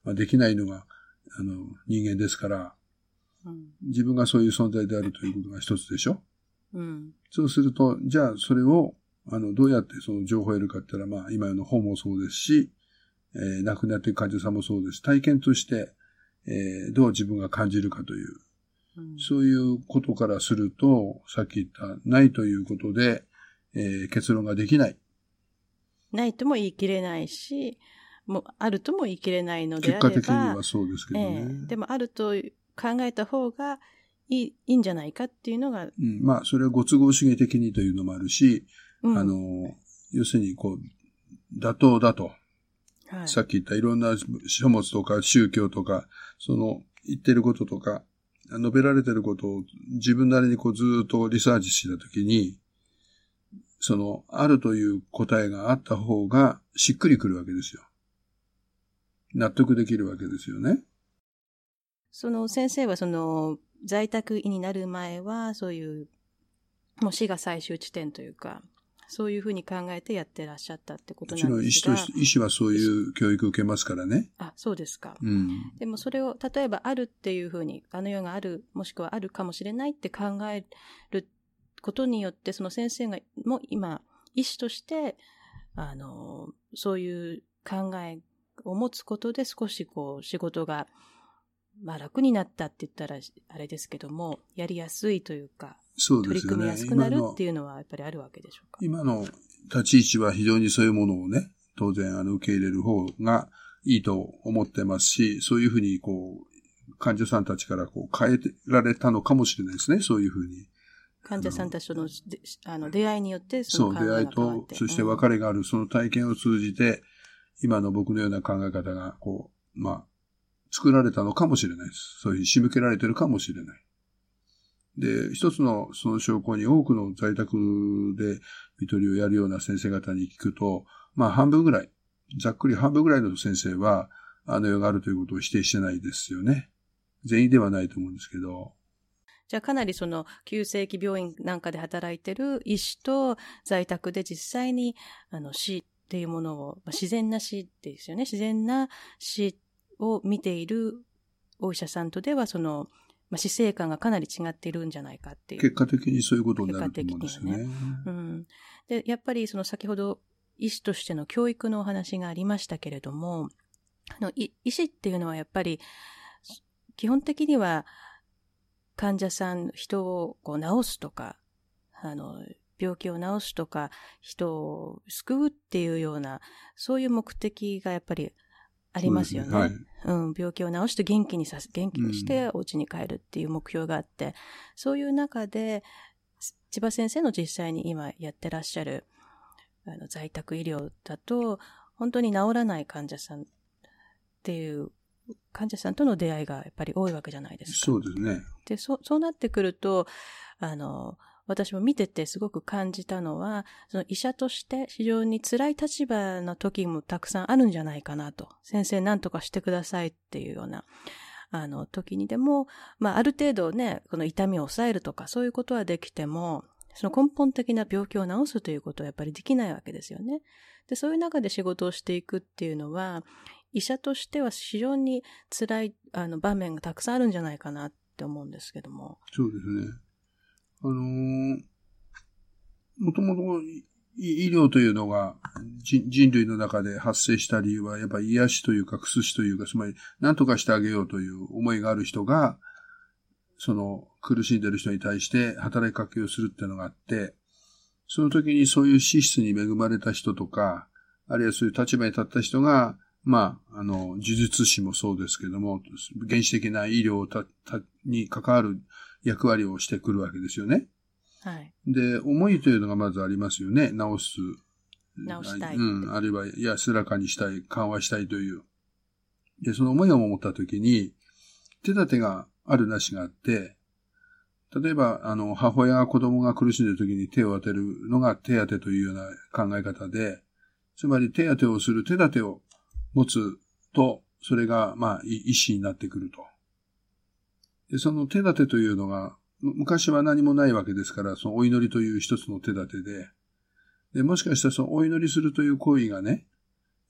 まあ、できないのが、あの、人間ですから、 うん、 自分がそういう存在であるということが一つでしょ。 うん、 そうすると、じゃあそれを、あの、どうやってその情報を得るかって言ったら、まあ、今の本もそうですし、えー、亡くなっている患者さんもそうです。体験として、えー、どう自分が感じるかという、うん、そういうことからすると、さっき言ったないということで、えー、結論ができない。 ないとも言い切れないし、もうあるとも言い切れないのであれば、 結果的にはそうですけどね。 えー、でもあると考えた方がいい、いいんじゃないかっていうのが。 うん、まあ、それはご都合主義的にというのもあるし、うん、あの、要するに、こう、妥当だと。はい、さっき言ったいろんな書物とか宗教とか、その言ってることとか、述べられてることを自分なりにこうずっとリサーチしたときに、その、あるという答えがあった方がしっくりくるわけですよ。納得できるわけですよね。 その先生はその在宅医になる前はそういうもう死が最終地点というかそういうふうに考えてやってらっしゃったってことなんですが。 もちろん医師として医師はそういう教育を受けますからね。 あ、そうですか。 うん、 でもそれを例えばあるっていうふうにあの世があるもしくはあるかもしれないって考えることによってその先生がもう今医師としてあのそういう考えを持つことで少しこう仕事がまあ楽になったって言ったらあれですけども、やりやすいというか、 そうですよね、 取り組みやすくなるっていうのはやっぱりあるわけでしょうか。 今の立ち位置は非常にそういうものをね、当然あの受け入れる方がいいと思ってますし、そういうふうにこう、患者さんたちからこう変えられたのかもしれないですね、そういうふうに。 患者さんたちとのあの出会いによってその考えが変わって、そう、出会いと、そして別れがある、うん、その体験を通じて、今の僕のような考え方が、こう、まあ、作られたのかもしれないです。そういう仕向けられてるかもしれない。で、一つのその証拠に多くの在宅で看取りをやるような先生方に聞くと、まあ半分ぐらい、ざっくり半分ぐらいの先生は、あの世があるということを否定してないですよね。全員ではないと思うんですけど。 じゃあかなりその急性期病院なんかで働いてる医師と在宅で実際にあの死っていうものを、まあ、自然な死ですよね。自然な死を見ているお医者さんとではその、まあ、死生観がかなり違っているんじゃないかっていう。 結果的にそういうことになると思うんですよね。 ね、うん。で、やっぱりその先ほど医師としての教育のお話がありましたけれども、あの医師っていうのはやっぱり基本的には患者さん、人をこう治すとか、あの、病気を治すとか、人を救うっていうような、そういう目的がやっぱりありますよね。 はい、 うん、病気を治して元気にさせ、元気にしてお家に帰るっていう目標があって、うん、そういう中で、千葉先生の実際に今やってらっしゃるあの在宅医療だと、本当に治らない患者さんっていう患者さんとの出会いがやっぱり多いわけじゃないですか。 そうですね。 で、そ、そうなってくると、あの、私も見ててすごく感じたのは、その医者として非常に辛い立場の時もたくさんあるんじゃないかなと。先生何とかしてくださいっていうような、あの、時にでも、まあ、ある程度ね、この痛みを抑えるとか、そういうことはできても、その根本的な病気を治すということはやっぱりできないわけですよね。で、そういう中で仕事をしていくっていうのは、医者としては非常に辛いあの場面がたくさんあるんじゃないかなって思うんですけども。 そうですね。あのー、もともと医療というのが人類の中で発生した理由はやっぱり癒しというか、薬しというか、つまり何とかしてあげようという思いがある人が、その苦しんでいる人に対して働きかけをするっていうのがあって、その時にそういう資質に恵まれた人とか、あるいはそういう立場に立った人が、まあ、あの、呪術師もそうですけども、原始的な医療たたに関わる役割をしてくるわけですよね。 はい。 で、思いというのがまずありますよね。治す。 治したい。 うん。あるいは安らかにしたい、緩和したいという。で、その思いを持ったときに、手立てがあるなしがあって、例えば、あの、母親が子供が苦しんでいるときに手を当てるのが手当てというような考え方で、つまり手当てをする手立てを持つと、それが、まあ、意思になってくると。で、その手立てというのが、昔は何もないわけですから、そのお祈りという一つの手立てで、で、もしかしたらそのお祈りするという行為がね、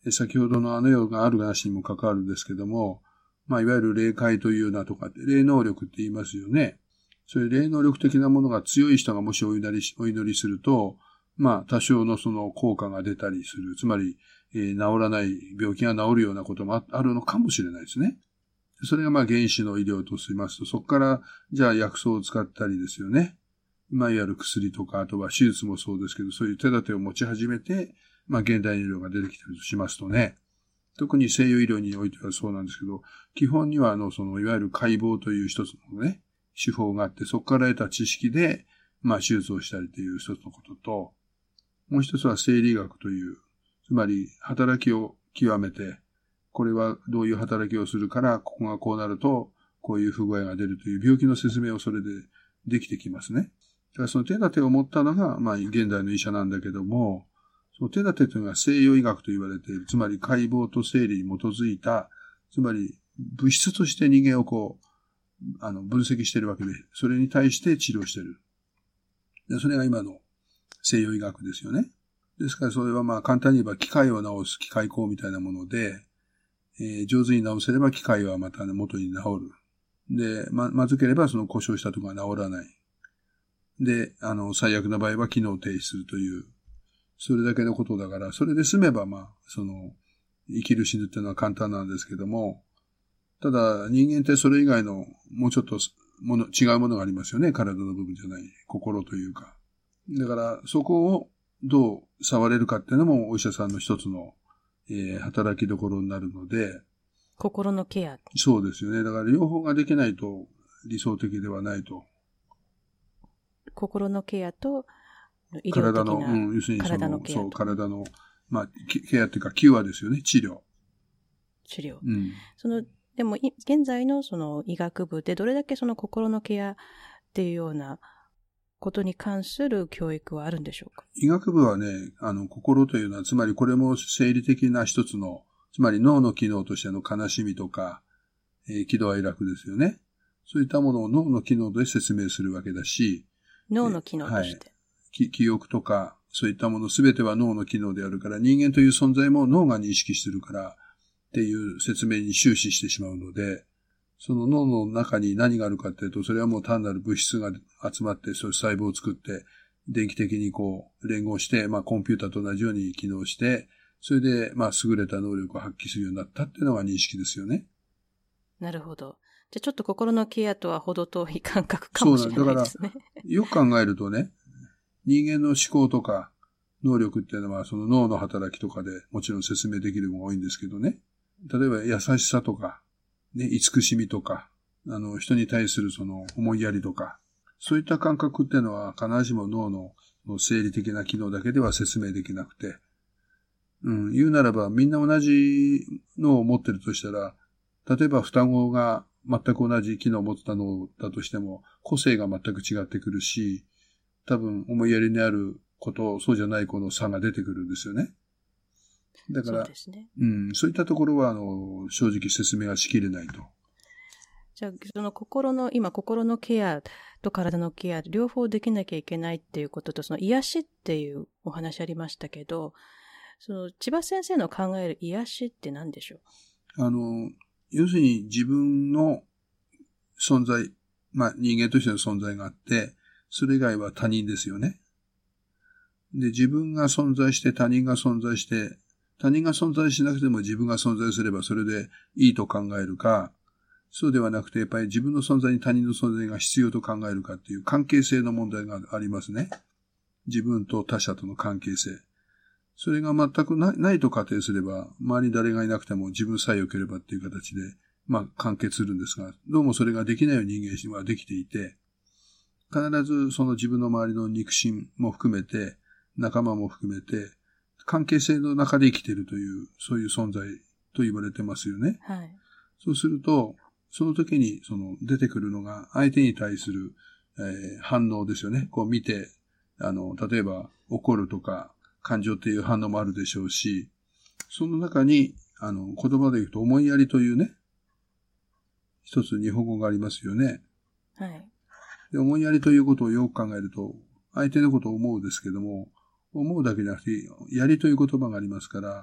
先ほどのあの世があるなしにも関わるんですけども、まあ、いわゆる霊界というなとか、霊能力って言いますよね。そういう霊能力的なものが強い人がもしお祈りし、お祈りすると、まあ、多少のその効果が出たりする。つまり、えー、治らない病気が治るようなこともあるのかもしれないですね。それがまあ、原始の医療としますと、そこから、じゃあ薬草を使ったりですよね。まあ、いわゆる薬とか、あとは手術もそうですけど、そういう手立てを持ち始めて、まあ、現代医療が出てきたりとしますとね。特に西洋医療においてはそうなんですけど、基本にはあの、その、いわゆる解剖という一つのね、手法があって、そこから得た知識で、まあ、手術をしたりという一つのことと、もう一つは生理学という、つまり、働きを極めて、これはどういう働きをするから、ここがこうなると、こういう不具合が出るという病気の説明をそれでできてきますね。だからその手立てを持ったのが、まあ、現代の医者なんだけども、その手立てというのは西洋医学と言われている、つまり解剖と生理に基づいた、つまり物質として人間をこう、あの、分析しているわけで、それに対して治療している。でそれが今の西洋医学ですよね。ですからそれはまあ簡単に言えば機械を治す機械工みたいなもので、えー、上手に治せれば機械はまた、ね、元に治る。で、ま、まずければその故障したところが治らない。で、あの、最悪な場合は機能停止するという、それだけのことだから、それで済めばまあ、その、生きる死ぬっていうのは簡単なんですけども、ただ人間ってそれ以外のもうちょっともの違うものがありますよね。体の部分じゃない、心というか。だからそこをどう触れるかっていうのもお医者さんの一つの、えー、働きどころになるので。 心のケア。 そうですよね。だから両方ができないと理想的ではないと。 心のケアと医療的な体の、うん、要するにその、 体のケアと、 そう、体の、まあ、ケアっていうか、キュアですよね、治療。 治療。 うん。 その、でも、現在のその医学部でどれだけその心のケアっていうようなことに関する教育はあるんでしょうか？ 医学部はね、あの、心というのは、つまりこれも生理的な一つの、つまり脳の機能としての悲しみとか、えー、喜怒哀楽ですよね。そういったものを脳の機能で説明するわけだし、 脳の機能として。 はい、記憶とか、そういったものすべては脳の機能であるから、人間という存在も脳が認識してるから、っていう説明に終始してしまうので、その脳の中に何があるかっていうと、それはもう単なる物質が集まって、そういう細胞を作って、電気的にこう連合して、まあコンピューターと同じように機能して、それでまあ優れた能力を発揮するようになったっていうのが認識ですよね。 なるほど。じゃあちょっと心のケアとは程遠い感覚かもしれないですね。 そうだ。だから、よく考えるとね、人間の思考とか能力っていうのはその脳の働きとかでもちろん説明できるのが多いんですけどね。例えば優しさとか、ね、慈しみとか、あの、人に対するその思いやりとか、そういった感覚っていうのは必ずしも脳の生理的な機能だけでは説明できなくて、うん、言うならばみんな同じ脳を持ってるとしたら、例えば双子が全く同じ機能を持った脳だとしても、個性が全く違ってくるし、多分思いやりにある子とそうじゃない子の差が出てくるんですよね。だから、そうですね。うん、そういったところは、あの、正直説明はしきれないと。 じゃあ、その心の、今、心のケアと体のケア、両方できなきゃいけないっていうことと、その癒しっていうお話ありましたけど、その、千葉先生の考える癒しって何でしょう？あの、要するに自分の存在、まあ人間としての存在があって、それ以外は他人ですよね。で、自分が存在して他人が存在して、他人が存在しなくても自分が存在すればそれでいいと考えるか、そうではなくてやっぱり自分の存在に他人の存在が必要と考えるかっていう関係性の問題がありますね。自分と他者との関係性。それが全くな い, ないと仮定すれば、周りに誰がいなくても自分さえ良ければっていう形で、まあ完結するんですが、どうもそれができないように人間にはできていて、必ずその自分の周りの肉親も含めて、仲間も含めて、関係性の中で生きているという、そういう存在と言われてますよね。 はい。 そうすると、その時にその出てくるのが相手に対する、えー、反応ですよね。こう見て、あの、例えば怒るとか感情っていう反応もあるでしょうし、その中に、あの、言葉で言うと思いやりというね、一つ日本語がありますよね。 はい。 で、思いやりということをよく考えると、相手のことを思うですけども、思うだけじゃなくて、やりという言葉がありますから、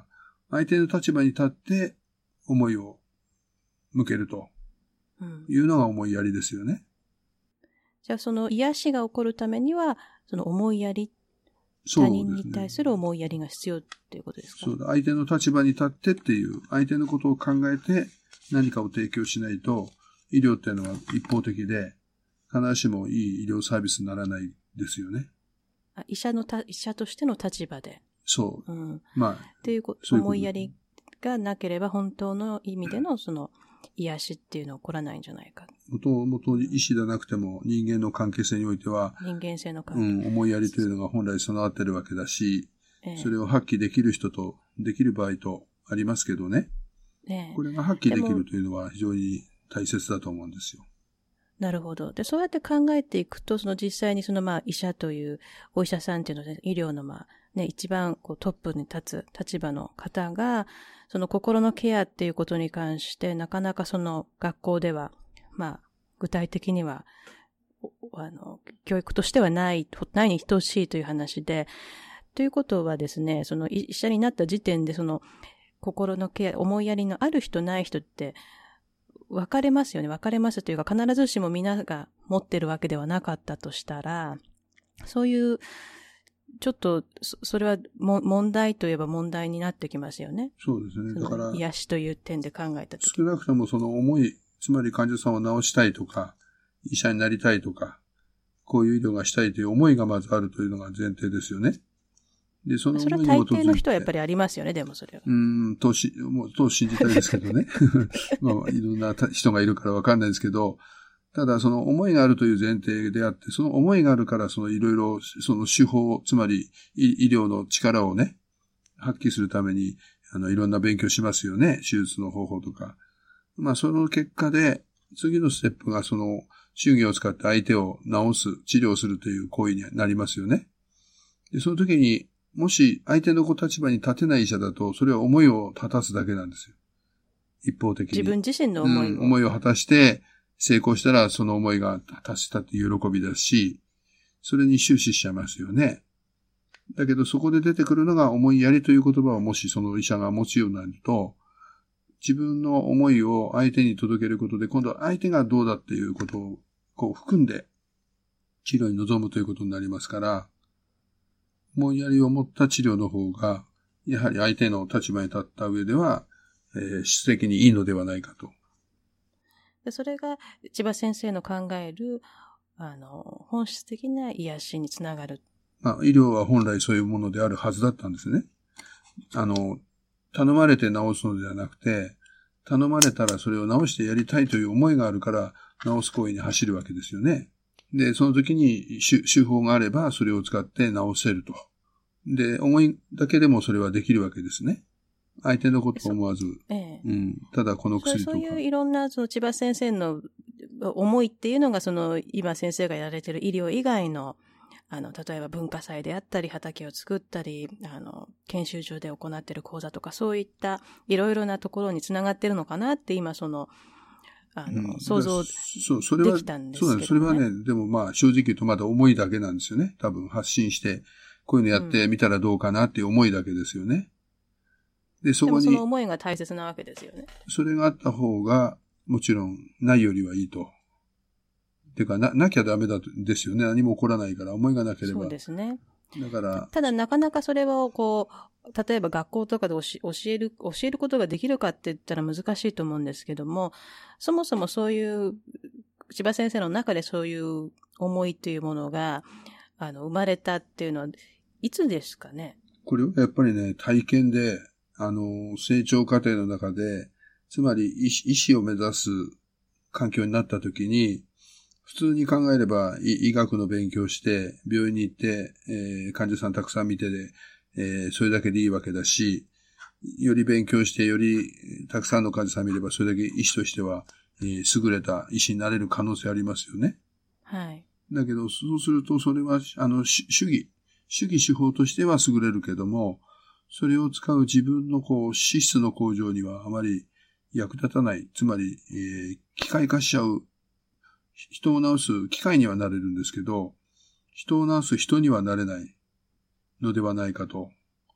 相手の立場に立って思いを向けるというのが思いやりですよね。 うん、じゃあその癒しが起こるためには、その思いやり、他人に対する思いやりが必要っていうことですか？ そうだ。相手の立場に立ってっていう、相手のことを考えて何かを提供しないと、医療っていうのは一方的で、必ずしもいい医療サービスにならないですよね。 あ、医者のた、医者としての立場で。 そう。 うん。 まあ。 っていうこと思いやりがなければ本当の意味でのその癒しっていうのは起こらないんじゃないか。 もともと医師でなくても人間の関係性においては、 人間性の関係、 うん、思いやりというのが本来備わっているわけだし、 ええ、 それを発揮できる人とできる場合とありますけどね。ええ、これが発揮できるというのは非常に大切だと思うんですよ。 なるほど。で、そうやって考えていくと、その実際にそのまあ医者というお医者さんっていうのは、ね、医療のまあね、一番こうトップに立つ立場の方が、その心のケアっていうことに関して、なかなかその学校では、まあ具体的には、あの、教育としてはない、ないに等しいという話で、ということはですね、その医者になった時点でその心のケア、思いやりのある人ない人って、分かれますよね。分かれますというか、必ずしも皆が持ってるわけではなかったとしたら、そういう、ちょっと、それはも問題といえば問題になってきますよね。 そうですね。だから、 癒しという点で考えたとき。 少なくともその思い、つまり患者さんを治したいとか、医者になりたいとか、こういう医療がしたいという思いがまずあるというのが前提ですよね。 で、その思いに基づいて。それは大抵の人はやっぱりありますよね、でもそれは。 うーん、とし、もう、と信じたいですけどね。まあ、いろんな人がいるからわかんないですけど、ただその思いがあるという前提であって、その思いがあるからそのいろいろ、その手法、つまり医療の力をね、発揮するために、あの、いろんな勉強しますよね。手術の方法とか。まあ、その結果で、次のステップがその、手技を使って相手を治す、治療するという行為になりますよね。で、その時に、もし相手の立場に立てない医者だと、それは思いを立たすだけなんですよ。一方的に。 自分自身の思いを。 うん、思いを果たして、成功したらその思いが達したという喜びだし、それに終始しちゃいますよね。だけどそこで出てくるのが思いやりという言葉をもしその医者が持つようになると、自分の思いを相手に届けることで、今度は相手がどうだっていうことをこう含んで治療に臨むということになりますから、思いやりを持った治療の方が、やはり相手の立場に立った上では、えー、質的にいいのではないかと。 それが千葉先生の考える、あの、本質的な癒しにつながる。 まあ、医療は本来そういうものであるはずだったんですね。あの、頼まれて治すのではなくて、頼まれたらそれを治してやりたいという思いがあるから治す行為に走るわけですよね。で、その時に手法があればそれを使って治せると。で、思いだけでもそれはできるわけですね。相手のことを思わず。ええ、うん。ただこの薬とか。 そういういろんなその千葉先生の思いっていうのがその今先生がやられている医療以外のあの、例えば文化祭であったり、畑を作ったり、あの、研修所で行っている講座とか、そういったいろいろなところにつながっているのかなって今その、あの、うん、想像できたんですけど、ね。 そう、それはね、でもまあ正直言うとまだ思いだけなんですよね。多分発信して、こういうのやってみたらどうかなっていう思いだけですよね。 で、そこに。でもその思いが大切なわけですよね。 それがあった方が、もちろんないよりはいいと。てか、な、なきゃダメだですよね。何も起こらないから、思いがなければ。 そうですね。 だから。 ただ、なかなかそれを、こう、例えば学校とかで教える、教えることができるかって言ったら難しいと思うんですけども、そもそもそういう、千葉先生の中でそういう思いというものが、あの、生まれたっていうのは、いつですかね？ これはやっぱりね、体験で、あの、成長過程の中で、つまり医師、医師を目指す環境になったときに、普通に考えれば医学の勉強して、病院に行って、えー、患者さんたくさん見てで、えー、それだけでいいわけだし、より勉強して、よりたくさんの患者さん見れば、それだけ医師としては、えー、優れた医師になれる可能性ありますよね。 はい。 だけど、そうすると、それは、あの、主義、主義手法としては優れるけども、それを使う自分のこう、資質の向上にはあまり役立たない。つまり、えー、機械化しちゃう。人を治す機械にはなれるんですけど、人を治す人にはなれないのではないかと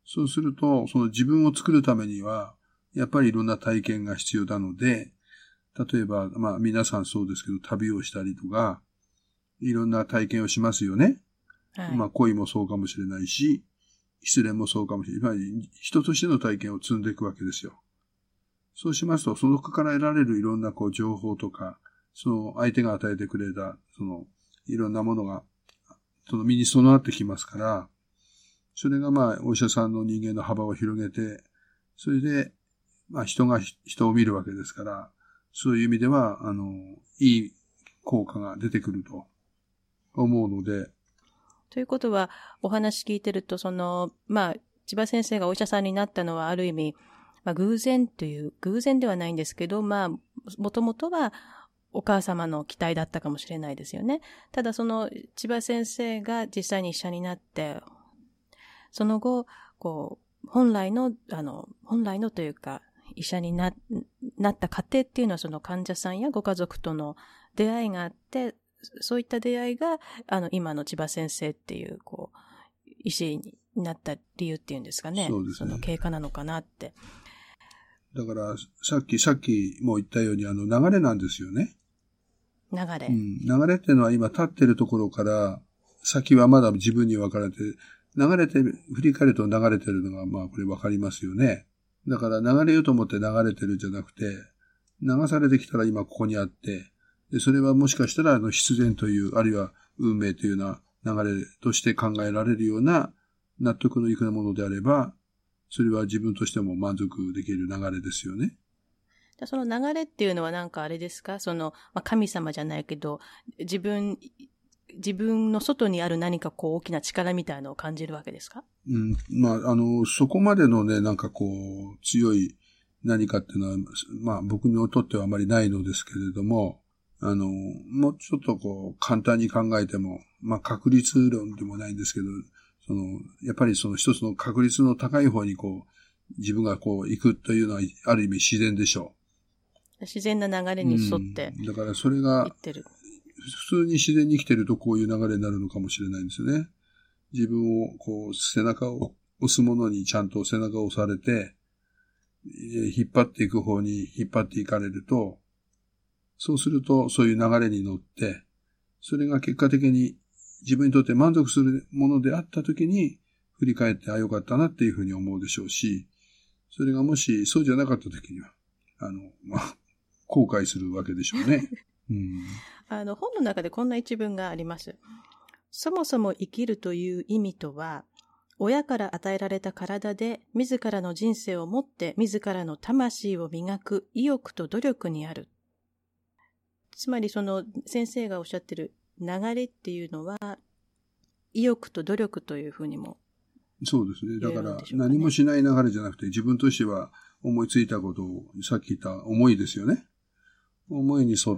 そうすると、その自分を作るためには、やっぱりいろんな体験が必要なので、例えば、まあ皆さんそうですけど、旅をしたりとか、いろんな体験をしますよね。はい、まあ恋もそうかもしれないし、失恋もそうかもしれない。人としての体験を積んでいくわけですよ。そうしますと、その中から得られるいろんなこう情報とか、その相手が与えてくれた、そのいろんなものが、その身に備わってきますから、それがまあお医者さんの人間の幅を広げて、それで、まあ人が人を見るわけですから、そういう意味では、あの、いい効果が出てくると思うので。 ということは、お話聞いてると、その、まあ、千葉先生がお医者さんになったのはある意味、まあ偶然という、偶然ではないんですけど、まあ、もともとはお母様の期待だったかもしれないですよね。ただその千葉先生が実際に医者になって、その後、こう、本来の、あの、本来のというか、医者にな、なった過程っていうのはその患者さんやご家族との出会いがあって、そういった出会いが、あの、今の千葉先生っていう、こう、医師になった理由っていうんですかね。 そうですね。 その経過なのかなって。 だから、さっき、さっきも言ったように、あの、流れなんですよね。 流れ。 うん。流れっていうのは今立ってるところから、先はまだ自分に分かれて、流れて、振り返ると流れてるのが、まあこれ分かりますよね。だから流れようと思って流れてるんじゃなくて、流されてきたら今ここにあって、で、それはもしかしたらあの必然という、あるいは運命というような流れとして考えられるような納得のいくものであれば、それは自分としても満足できる流れですよね。 その流れっていうのはなんかあれですか？その、まあ、神様じゃないけど、自分、自分の外にある何かこう大きな力みたいなのを感じるわけですか？ うん。まあ、あの、そこまでのね、なんかこう、強い何かっていうのは、まあ僕にとってはあまりないのですけれども、あの、もうちょっとこう、簡単に考えても、まあ確率論でもないんですけど、その、やっぱりその一つの確率の高い方にこう、自分がこう、行くというのは、ある意味自然でしょう。自然な流れに沿って、 うん。だからそれが、普通に自然に生きてるとこういう流れになるのかもしれないんですよね。自分をこう、背中を押すものにちゃんと背中を押されて、引っ張っていく方に引っ張っていかれると、そうするとそういう流れに乗って、それが結果的に自分にとって満足するものであったときに、振り返って、あ、よかったなっていうふうに思うでしょうし、それがもしそうじゃなかったときには、あの、まあ、後悔するわけでしょうね。うん、 あの、本の中でこんな一文があります。そもそも生きるという意味とは、親から与えられた体で自らの人生をもって自らの魂を磨く意欲と努力にある。つまりその先生がおっしゃってる流れっていうのは意欲と努力というふうにも、 そうですね。だから何もしない流れじゃなくて自分としては思いついたことをさっき言った思いですよね。思いに沿って、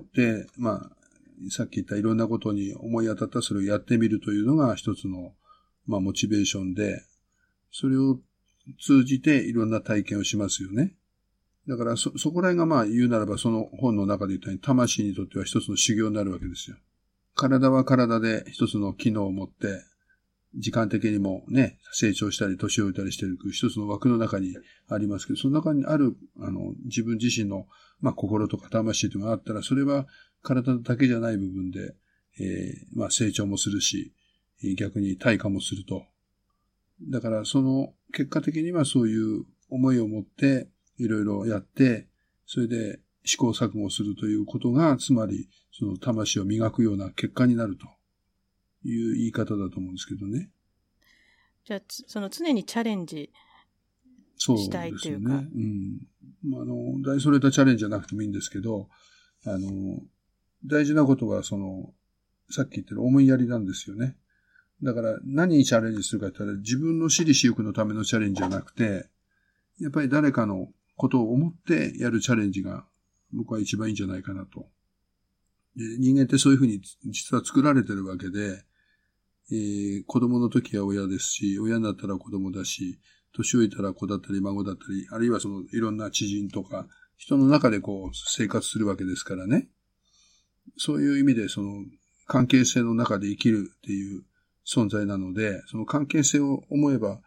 まあさっき言ったいろんなことに思い当たったそれをやってみるというのが一つのまあ、モチベーションで、それを通じていろんな体験をしますよね。だからそ、そこら辺がまあ言うならばその本の中で言ったように魂にとっては一つの修行になるわけですよ。体は体で一つの機能を持って、時間的にもね、成長したり年老いたりしていく一つの枠の中にありますけど、その中にある、あの、自分自身の、まあ、心とか魂というのがあったら、それは体だけじゃない部分で、えー、まあ、成長もするし、逆に退化もすると。だからその結果的にはそういう思いを持っていろいろやって、それで試行錯誤するということが、つまりその魂を磨くような結果になるという言い方だと思うんですけどね。 じゃあ、その常にチャレンジしたいというか。そうですね。 うん。まあ、あの、大それたチャレンジじゃなくてもいいんですけど、あの、大事なことはその、さっき言ってる思いやりなんですよね。だから何にチャレンジするかって言ったら自分の私利私欲のためのチャレンジじゃなくて、やっぱり誰かのことを思ってやるチャレンジが僕は一番いいんじゃないかなと。で、人間ってそういうふうに実は作られてるわけで、えー、子供の時は親ですし、親になったら子供だし、年老いたら子だったり孫だったり、あるいはそのいろんな知人とか人の中でこう生活するわけですからね。そういう意味でその関係性の中で生きるっていう存在なので、その関係性を思えば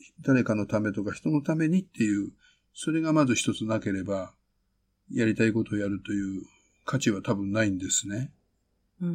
誰かのためとか人のためにっていう、それがまず一つなければ、やりたいことをやるという価値は多分ないんですね。 うん。うん、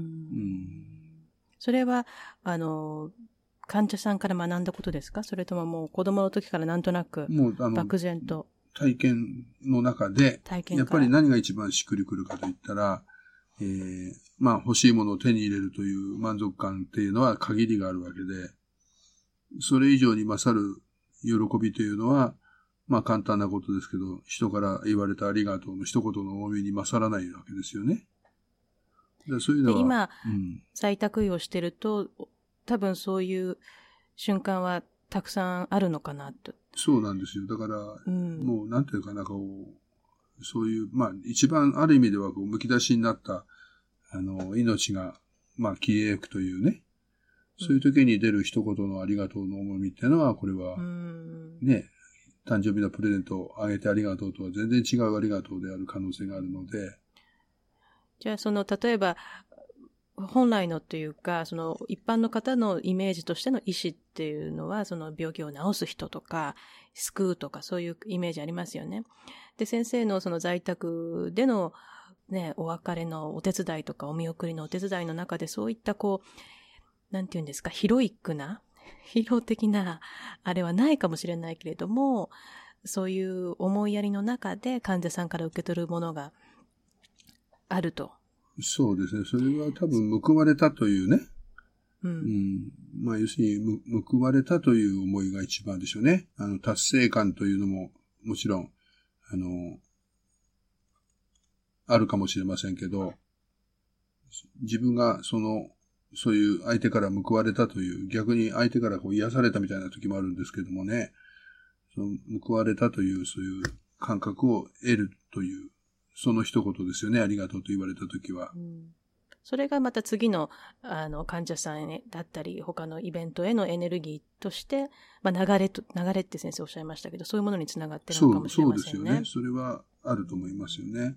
それは、あの、患者さんから学んだことですか？それとももう子供の時からなんとなく、もうあの漠然と。 体験の中で、やっぱり何が一番しっくりくるかといったら、えー、まあ欲しいものを手に入れるという満足感っていうのは限りがあるわけで、それ以上に勝る喜びというのは、まあ簡単なことですけど、人から言われたありがとうの一言の重みに勝らないわけですよね。でそういうのは今、うん、在宅医をしてると、多分そういう瞬間はたくさんあるのかなと。 そうなんですよ。だから、うん、もうなんていうかな、こう、そういう、まあ一番ある意味ではこう剥き出しになった、あの、命が、まあ消えゆくというね、そういう時に出る一言のありがとうの重みっていうのは、これは、ね、誕生日のプレゼントをあげてありがとうとは全然違うありがとうである可能性があるので。 じゃあその、例えば、本来のというか、その一般の方のイメージとしての医師っていうのは、その病気を治す人とか、救うとか、そういうイメージありますよね。で、先生のその在宅でのね、お別れのお手伝いとか、お見送りのお手伝いの中で、そういったこう、なんていうんですか、ヒロイックな、ヒーロー的な、あれはないかもしれないけれども、そういう思いやりの中で患者さんから受け取るものがあると。 そうですね。それは多分報われたというね。うん。うん、まあ要するに報われたという思いが一番でしょうね。あの達成感というのももちろん、あの、あるかもしれませんけど、自分がその、そういう相手から報われたという、逆に相手からこう癒されたみたいな時もあるんですけどもね、その報われたというそういう感覚を得るという、その一言ですよね、ありがとうと言われたときは、うん。 それがまた次の、あの、患者さんだったり、他のイベントへのエネルギーとして、まあ、流れと、流れって先生おっしゃいましたけど、そういうものにつながってるのかもしれませんね。そう、そうですよね。 それはあると思いますよね。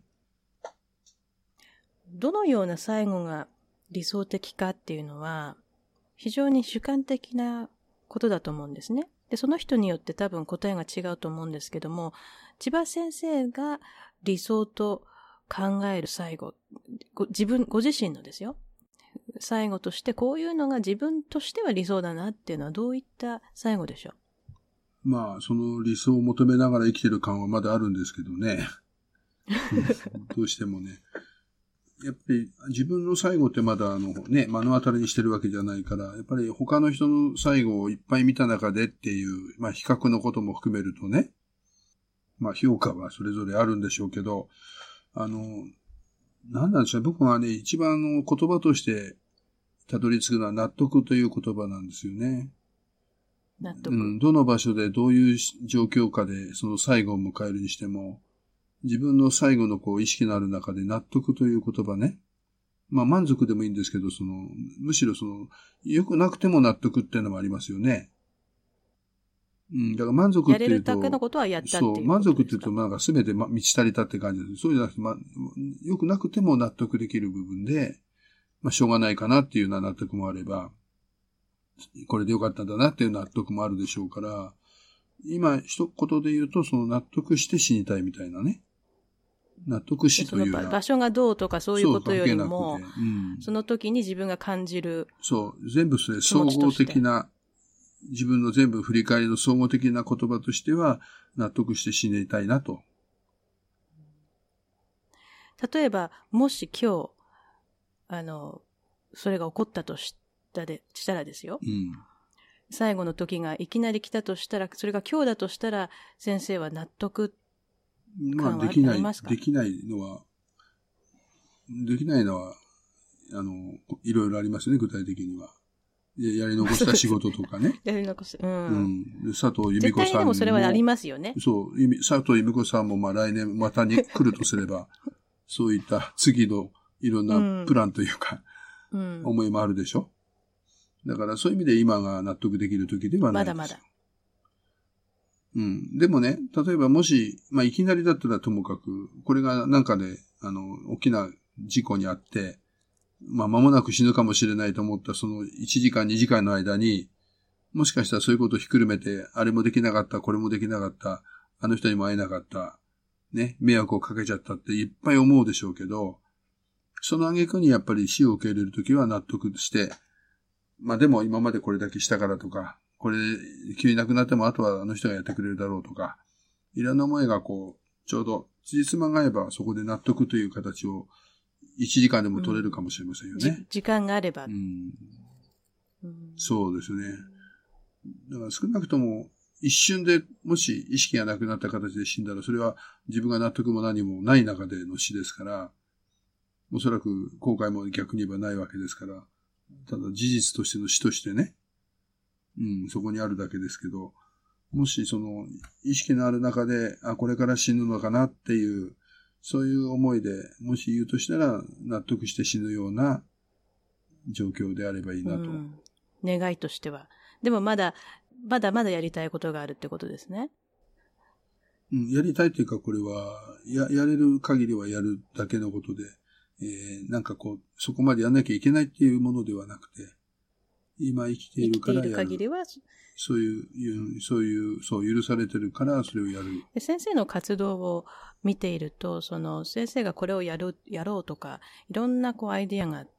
どのような最後が理想的かっていうのは、非常に主観的なことだと思うんですね。で、その人によって多分答えが違うと思うんですけども、千葉先生が理想と考える最後、ご自分、ご自身のですよ。最後としてこういうのが自分としては理想だなっていうのはどういった最後でしょう？まあ、その理想を求めながら生きてる感はまだあるんですけどね。どうしてもね。やっぱり自分の最後ってまだあのね、目の当たりにしてるわけじゃないから、やっぱり他の人の最後をいっぱい見た中でっていう、まあ比較のことも含めるとね、まあ評価はそれぞれあるんでしょうけど、あの、なんなんでしょうね、僕はね、一番の言葉としてたどり着くのは納得という言葉なんですよね。 納得。 うん、どの場所でどういう状況下でその最後を迎えるにしても、自分の最後のこう意識のある中で納得という言葉ね。まあ満足でもいいんですけど、その、むしろその、良くなくても納得っていうのもありますよね。うん、だから満足っていうと、やれるだけのことはやったっていうことですか？そう、満足っていうとなんか全て満ち足りたって感じです。そうじゃなくて、まあ、良くなくても納得できる部分で、まあしょうがないかなっていうような納得もあれば、これで良かったんだなっていう納得もあるでしょうから、今一言で言うと、その納得して死にたいみたいなね。納得しというような。 場所がどうとかそういうことよりも、そ, うん、その時に自分が感じる。 そう、全部それ総合的な、自分の全部振り返りの総合的な言葉としては、納得して死にたいなと。 例えば、もし今日、あの、それが起こったとしたで、したらですよ。うん、最後の時がいきなり来たとしたら、それが今日だとしたら、先生は納得まあ、できない、できないのは、できないのは、あの、いろいろありますよね、具体的には。やり残した仕事とかね。 やり残した、うん。 うん。佐藤由美子さんも。絶対でもそれはありますよね。 そう、佐藤由美子さんもまあ来年またに来るとすれば、そういった次のいろんなプランというか、うん、思いもあるでしょ。だからそういう意味で今が納得できる時ではないです。まだまだ。うん。でもね、例えばもし、まあ、いきなりだったらともかく、これがなんかで、あの、大きな事故にあって、まあ、間もなく死ぬかもしれないと思ったそのいちじかん、にじかんの間に、 もしかしたらそういうことをひっくるめて、あれもできなかった、これもできなかった、あの人にも会えなかった、ね、迷惑をかけちゃったっていっぱい思うでしょうけど、その挙句にやっぱり死を受け入れるときは納得して、まあでも今までこれだけしたからとか、これ急に亡くなってもあとはあの人がやってくれるだろうとか、いろんな思いがこう、ちょうど辻褄が合えばそこで納得という形をいちじかんでも取れるかもしれませんよね。 うん、時間があれば、 うんうん。 そうですね。だから少なくとも一瞬でもし意識がなくなった形で死んだら、それは自分が納得も何もない中での死ですから、おそらく後悔も逆に言えばないわけですから、ただ事実としての死としてね、うん、そこにあるだけですけど、もしその意識のある中で、あ、これから死ぬのかなっていう、そういう思いで、もし言うとしたら納得して死ぬような状況であればいいなと。うん、 願いとしては。でもまだ、まだまだやりたいことがあるってことですね。 うん、やりたいというか、これは、や、やれる限りはやるだけのことで、えー、なんかこう、そこまでやんなきゃいけないっていうものではなくて、今生きているからやる。生きている限りは、そういう、そういう、そう、許されてるからそれをやる。 で、先生の活動を見ていると、その、先生がこれをやる、やろうとか、いろんなこうアイディアがあって、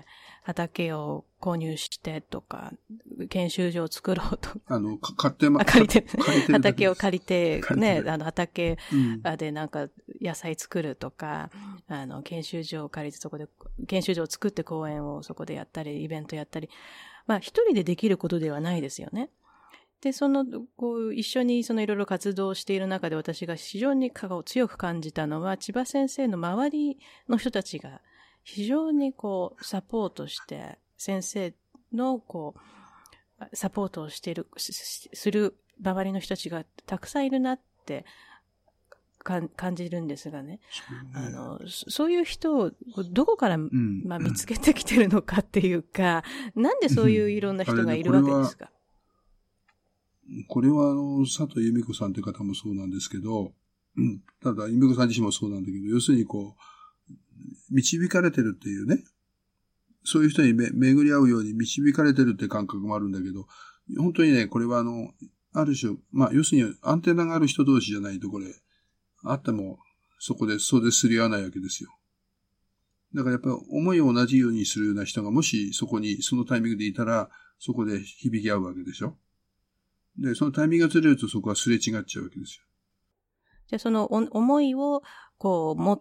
畑を購入してとか、研修所を作ろうとか。 あの、か買ってま、 借りて、畑を借りて、ね、あの、畑でなんか野菜作るとか、うん、あの、研修所を借りてそこで、研修所を作って講演をそこでやったり、イベントやったり、まあ、一人でできることではないですよね。で、その、こう、一緒にそのいろいろ活動している中で私が非常に顔を強く感じたのは、千葉先生の周りの人たちが非常にこう、サポートして、先生のこう、サポートをしている、する周りの人たちがたくさんいるなってか感じるんですがね。あの、そういう人をどこから、うん、まあ、見つけてきてるのかっていうか、なんでそういういろんな人がいるわけですか？ これは、あの、佐藤由美子さんという方もそうなんですけど、うん、ただ、由美子さん自身もそうなんだけど、要するにこう、導かれてるっていうね、そういう人にめ巡り合うように導かれてるって感覚もあるんだけど、本当にね、これはあの、ある種、まあ、要するにアンテナがある人同士じゃないとこれ、あっても、そこで袖すり合わないわけですよ。だからやっぱり思いを同じようにするような人がもしそこに、そのタイミングでいたら、そこで響き合うわけでしょ。で、そのタイミングがずれるとそこはすれ違っちゃうわけですよ。 じゃあその思いをこう持って、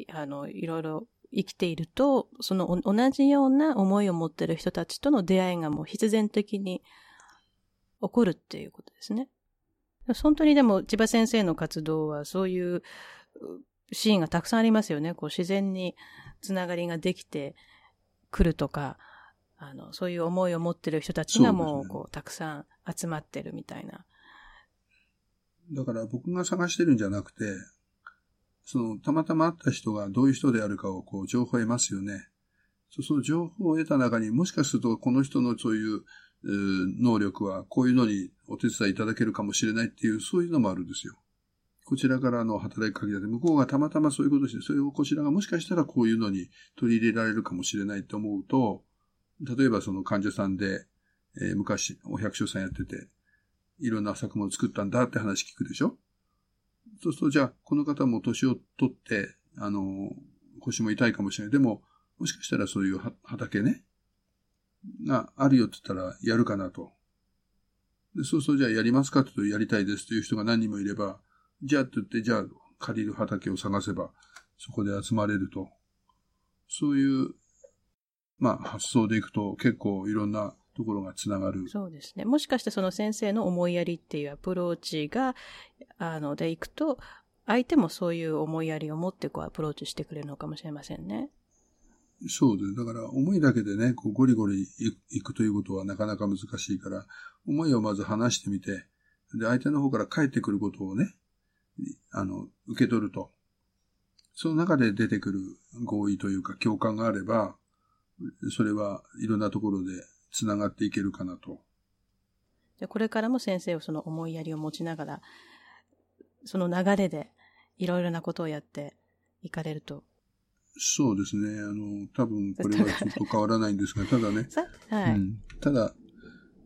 あの、いろいろ生きていると、その同じような思いを持っている人たちとの出会いがもう必然的に起こるっていうことですね。本当にでも千葉先生の活動はそういうシーンがたくさんありますよね。こう自然につながりができてくるとか、あの、そういう思いを持っている人たちがもうこうたくさん集まってるみたいな。 だから僕が探してるんじゃなくて、そのたまたま会った人がどういう人であるかをこう情報を得ますよね。その情報を得た中にもしかするとこの人のそういう能力はこういうのにお手伝いいただけるかもしれないっていう、そういうのもあるんですよ。こちらからの働きかけで向こうがたまたまそういうことして、それをこちらがもしかしたらこういうのに取り入れられるかもしれないと思うと、例えばその患者さんで、えー、昔お百姓さんやってて、いろんな作物を作ったんだって話聞くでしょ。そうするとじゃあこの方も年を取って、あの、腰も痛いかもしれない。でも、もしかしたらそういう畑ね、があるよって言ったらやるかなと。でそうするとじゃあやりますかとやりたいですという人が何人もいれば、じゃあって言ってじゃあ借りる畑を探せばそこで集まれると。そういう、まあ発想でいくと結構いろんなところがつながる。 そうですね。もしかしてその先生の思いやりっていうアプローチが、あの、でいくと、相手もそういう思いやりを持ってこうアプローチしてくれるのかもしれませんね。 そうです。だから思いだけでね、こうゴリゴリいくということはなかなか難しいから、思いをまず話してみて、で、相手の方から返ってくることをね、あの、受け取ると。その中で出てくる合意というか共感があれば、それはいろんなところでつながっていけるかなと。 でこれからも先生はその思いやりを持ちながら、その流れでいろいろなことをやっていかれると。 そうですね。あの、多分これはちょっと変わらないんですが、ただね、 はい、 うん、ただ、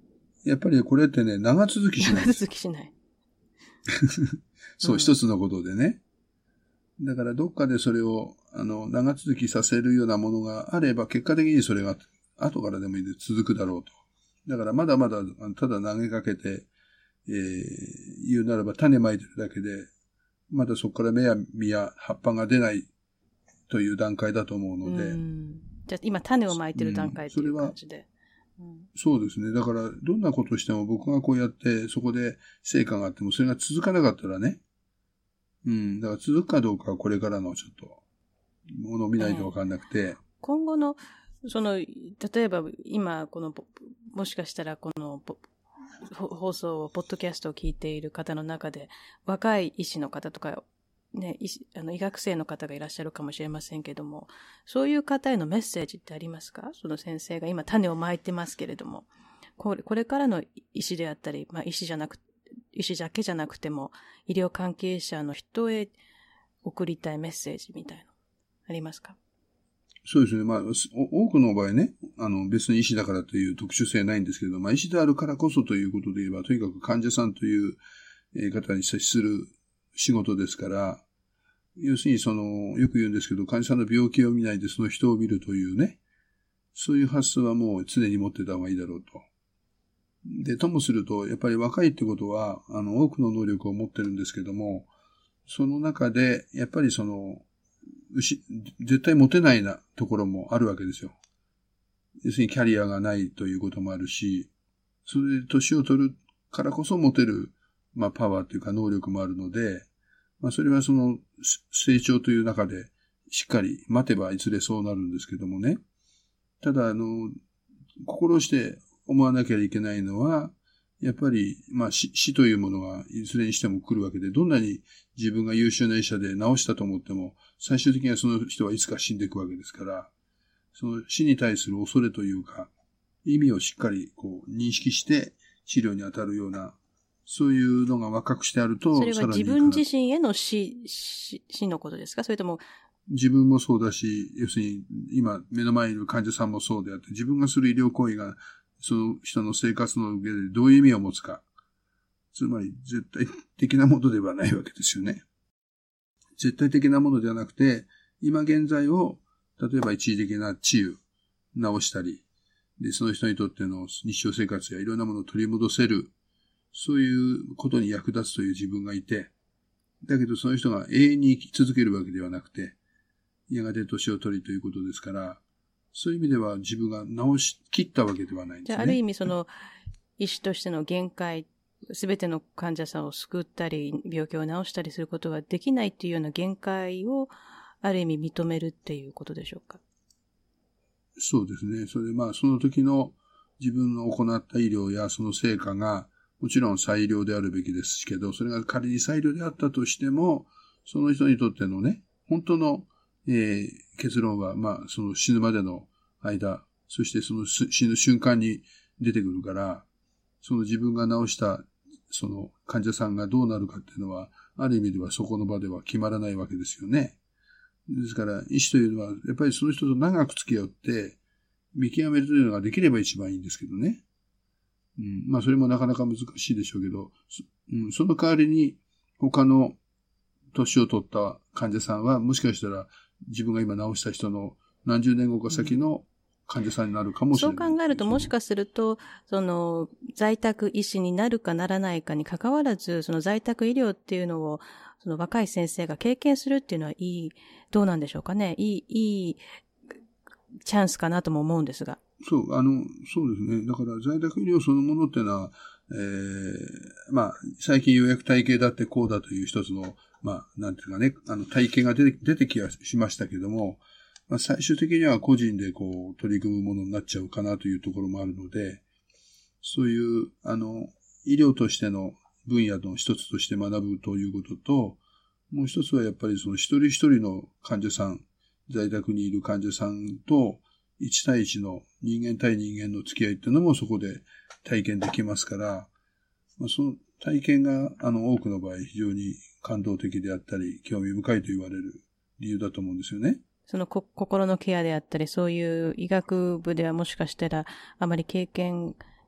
やっぱりこれってね、長続きしない。 長続きしない。 そう、 うん、 一つのことでね。だからどっかでそれを、あの、長続きさせるようなものがあれば、結果的にそれが後からでもいいんで続くだろうと。だからまだまだ、ただ投げかけて、えー、言うならば種まいてるだけで、まだそこから芽や実や葉っぱが出ないという段階だと思うので。 うん、じゃあ今種をまいてる段階っていう感じで。 うん、そうですね。だから、どんなことしても僕がこうやって、そこで成果があっても、それが続かなかったらね。うん。だから続くかどうかはこれからのちょっと、ものを見ないとわかんなくて、えー。 今後の、その、例えば今、この、もしかしたらこの、放送を、ポッドキャストを聞いている方の中で、若い医師の方とか、ね、医師、あの、医学生の方がいらっしゃるかもしれませんけども、そういう方へのメッセージってありますか？その先生が今種をまいてますけれども、これ、これからの医師であったり、まあ医師じゃなく、医師だけじゃなくても、医療関係者の人へ送りたいメッセージみたいな、ありますか？ そうですね。まあ、多くの場合ね、あの、別に医師だからという特殊性ないんですけど、まあ、医師であるからこそということで言えば、とにかく患者さんという方に接する仕事ですから、要するにその、よく言うんですけど、患者さんの病気を見ないでその人を見るというね、そういう発想はもう常に持ってた方がいいだろうと。で、ともすると、やっぱり若いってことは、あの、多くの能力を持ってるんですけども、その中で、やっぱりその、絶対持てないなところもあるわけですよ。要するにキャリアがないということもあるし、それで年を取るからこそ持てる、まあ、パワーというか能力もあるので、まあ、それはその成長という中でしっかり待てばいずれそうなるんですけどもね。ただ、あの、心して思わなきゃいけないのは、やっぱり、まあ死、死というものがいずれにしても来るわけで、どんなに自分が優秀な医者で治したと思っても、最終的にはその人はいつか死んでいくわけですから、その死に対する恐れというか、意味をしっかりこう認識して治療に当たるような、そういうのが若くしてあると、 それは自分自身への死、死、死のことですか？それとも、 自分もそうだし、要するに今目の前にいる患者さんもそうであって、自分がする医療行為がその人の生活の上でどういう意味を持つか。つまり絶対的なものではないわけですよね。絶対的なものではなくて、今現在を、例えば一時的な治癒、治したり、で、その人にとっての日常生活やいろんなものを取り戻せる、そういうことに役立つという自分がいて、だけどその人が永遠に生き続けるわけではなくて、やがて年を取りということですから、そういう意味では自分が治し切ったわけではないんですね。 じゃあ、ある意味その、医師としての限界、すべての患者さんを救ったり、病気を治したりすることができないっていうような限界を、ある意味認めるっていうことでしょうか？ そうですね。それでまあ、その時の自分の行った医療やその成果が、もちろん最良であるべきですけど、それが仮に最良であったとしても、その人にとってのね、本当の、えー、結論は、まあ、その死ぬまでの間、そしてその死ぬ瞬間に出てくるから、その自分が治したその患者さんがどうなるかっていうのは、ある意味ではそこの場では決まらないわけですよね。ですから、医師というのは、やっぱりその人と長く付き合って、見極めるというのができれば一番いいんですけどね。うん、まあ、それもなかなか難しいでしょうけど、そ, うん、その代わりに、他の年を取った患者さんは、もしかしたら自分が今治した人の何十年後か先の患者さんになるかもしれない、 そう考えると、もしかすると、その、在宅医師になるかならないかに関わらず、その在宅医療っていうのを、その若い先生が経験するっていうのはいい、どうなんでしょうかね。いい、いいチャンスかなとも思うんですが。 そう、あの、そうですね。だから在宅医療そのものっていうのは、えー、まあ、最近ようやく体系だってこうだという一つの、まあ、なんていうかね、あの、体系が出て、出てきはしましたけども、まあ、最終的には個人でこう、取り組むものになっちゃうかなというところもあるので、そういう、あの、医療としての分野の一つとして学ぶということと、もう一つはやっぱりその一人一人の患者さん、在宅にいる患者さんと一対一の人間対人間の付き合いっていうのもそこで体験できますから、まあ、その体験があの多くの場合非常に感動的であったり興味深いと言われる理由だと思うんですよね。 その心のケアであったり、そういう医学部ではもしかしたらあまり経験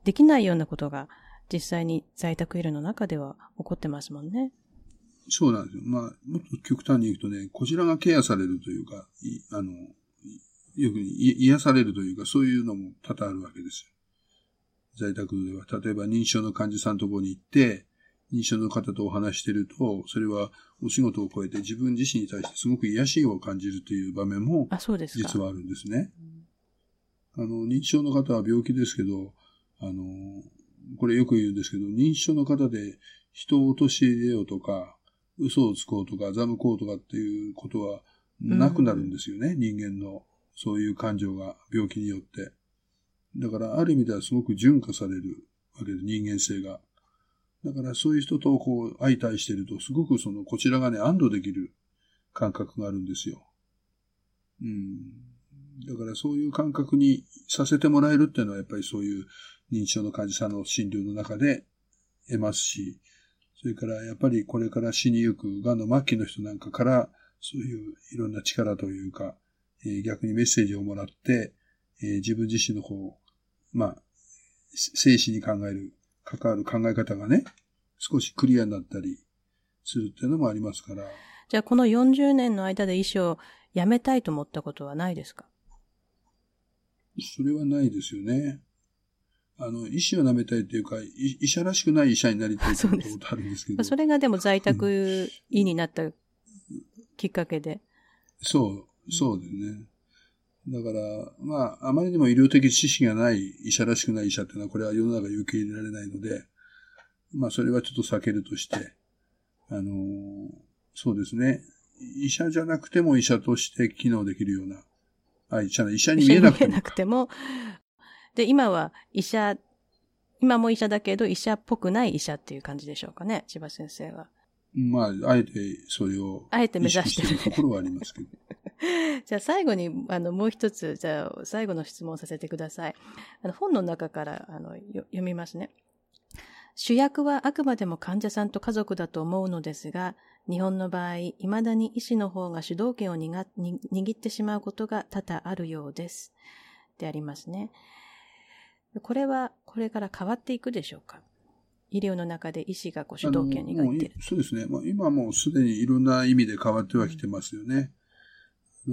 できないようなことが実際に在宅医療の中では起こってますもんね。 そうなんですよ。まあ、もっと極端に言うとね、こちらがケアされるというか、いあの、よく癒されるというか、そういうのも多々あるわけですよ。在宅では、例えば認知症の患者さんのところに行って、認知症の方とお話していると、それはお仕事を超えて自分自身に対してすごく癒しを感じるという場面も、実はあるんですね。あの、認知症の方は病気ですけど、あの、これよく言うんですけど、認知症の方で人を陥れようとか、嘘をつこうとか、欺こうとかっていうことはなくなるんですよね、うん、人間のそういう感情が病気によって。だから、ある意味ではすごく純化されるわけで、人間性が。だから、そういう人とこう、相対していると、すごくその、こちらがね、安堵できる感覚があるんですよ。うん。だから、そういう感覚にさせてもらえるっていうのは、やっぱりそういう認知症の患者さんの診療の中で得ますし、それからやっぱりこれから死にゆくがんの末期の人なんかからそういういろんな力というか、えー、逆にメッセージをもらって、えー、自分自身のこう、まあ、生死に考える、関わる考え方がね、少しクリアになったりするっていうのもありますから。 じゃあこのよんじゅうねんの間で医師を辞めたいと思ったことはないですか？ それはないですよね。あの、医師を舐めたいというか、医者らしくない医者になりたいと思ったことあるんですけど。 それがでも在宅医になったきっかけで。 そう、そうですね。だから、まあ、あまりにも医療的知識がない医者らしくない医者っていうのは、これは世の中で受け入れられないので、まあ、それはちょっと避けるとして、あの、そうですね。医者じゃなくても医者として機能できるような、あ、医者、医者に見えなくても。医者に見えなくても、で、今は医者、今も医者だけど医者っぽくない医者っていう感じでしょうかね、千葉先生は。 まあ、あえてそれをあえて目指してるところはありますけど。 じゃあ最後に、あの、もう一つ、じゃあ最後の質問をさせてください。あの、本の中から、あの、読みますね。主役はあくまでも患者さんと家族だと思うのですが、日本の場合、未だに医師の方が主導権をにがに握ってしまうことが多々あるようです。でありますね。これは、これから変わっていくでしょうか？医療の中で医師がこう主導権を握っている。 そうですね。まあ、今はもうすでにいろんな意味で変わってはきてますよね。うん、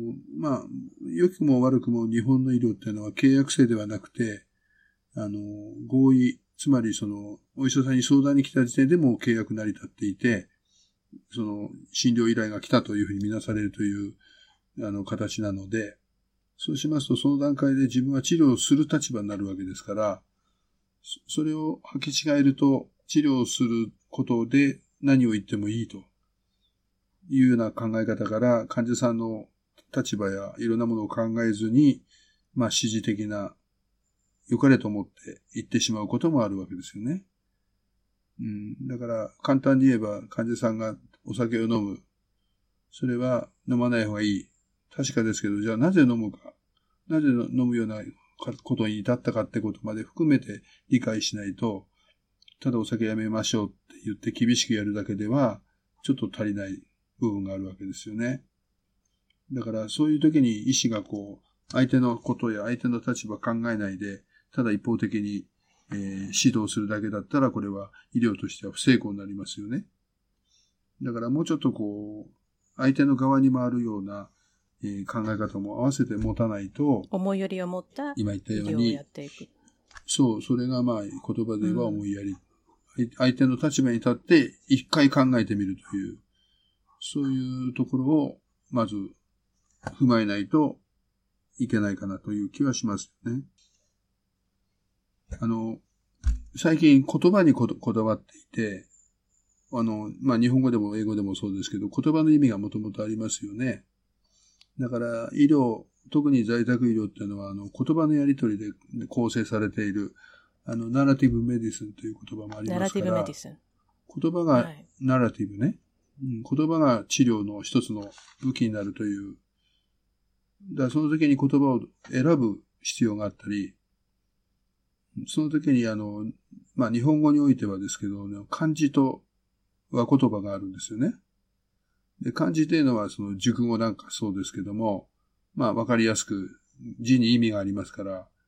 のまあ、良くも悪くも日本の医療っていうのは契約制ではなくて、あの、合意、つまりその、お医者さんに相談に来た時点でも契約成り立っていて、その、診療依頼が来たというふうに見なされるという、あの、形なので、そうしますと、その段階で自分は治療をする立場になるわけですから、それを履き違えると、治療することで何を言ってもいいというような考え方から、患者さんの立場やいろんなものを考えずに、まあ、指示的な、良かれと思って言ってしまうこともあるわけですよね。うん、だから、簡単に言えば、患者さんがお酒を飲む。それは飲まない方がいい。確かですけど、じゃあなぜ飲むか。なぜ飲むようなことに至ったかってことまで含めて理解しないと、ただお酒やめましょうって言って厳しくやるだけでは、ちょっと足りない部分があるわけですよね。だからそういう時に医師がこう、相手のことや相手の立場を考えないで、ただ一方的に、えー、指導するだけだったら、これは医療としては不成功になりますよね。だからもうちょっとこう、相手の側に回るような、えー、考え方も合わせて持たないと、 思いやりを持った医療をやっていく。 そう、それがまあ言葉で言えば思いやり。うん、相手の立場に立って一回考えてみるという、そういうところをまず踏まえないといけないかなという気はしますよね。あの、最近言葉にこだわっていて、あの、まあ、日本語でも英語でもそうですけど、言葉の意味がもともとありますよね。だから、医療、特に在宅医療っていうのは、あの、言葉のやり取りで構成されている、あの、ナラティブメディスンという言葉もありますから、ナラティブメディスン。言葉が、はい、ナラティブね、うん。言葉が治療の一つの武器になるという。だからその時に言葉を選ぶ必要があったり、その時にあの、まあ、日本語においてはですけど、ね、漢字と和言葉があるんですよね。で、漢字というのはその熟語なんかそうですけども、まあ、わかりやすく字に意味がありますから、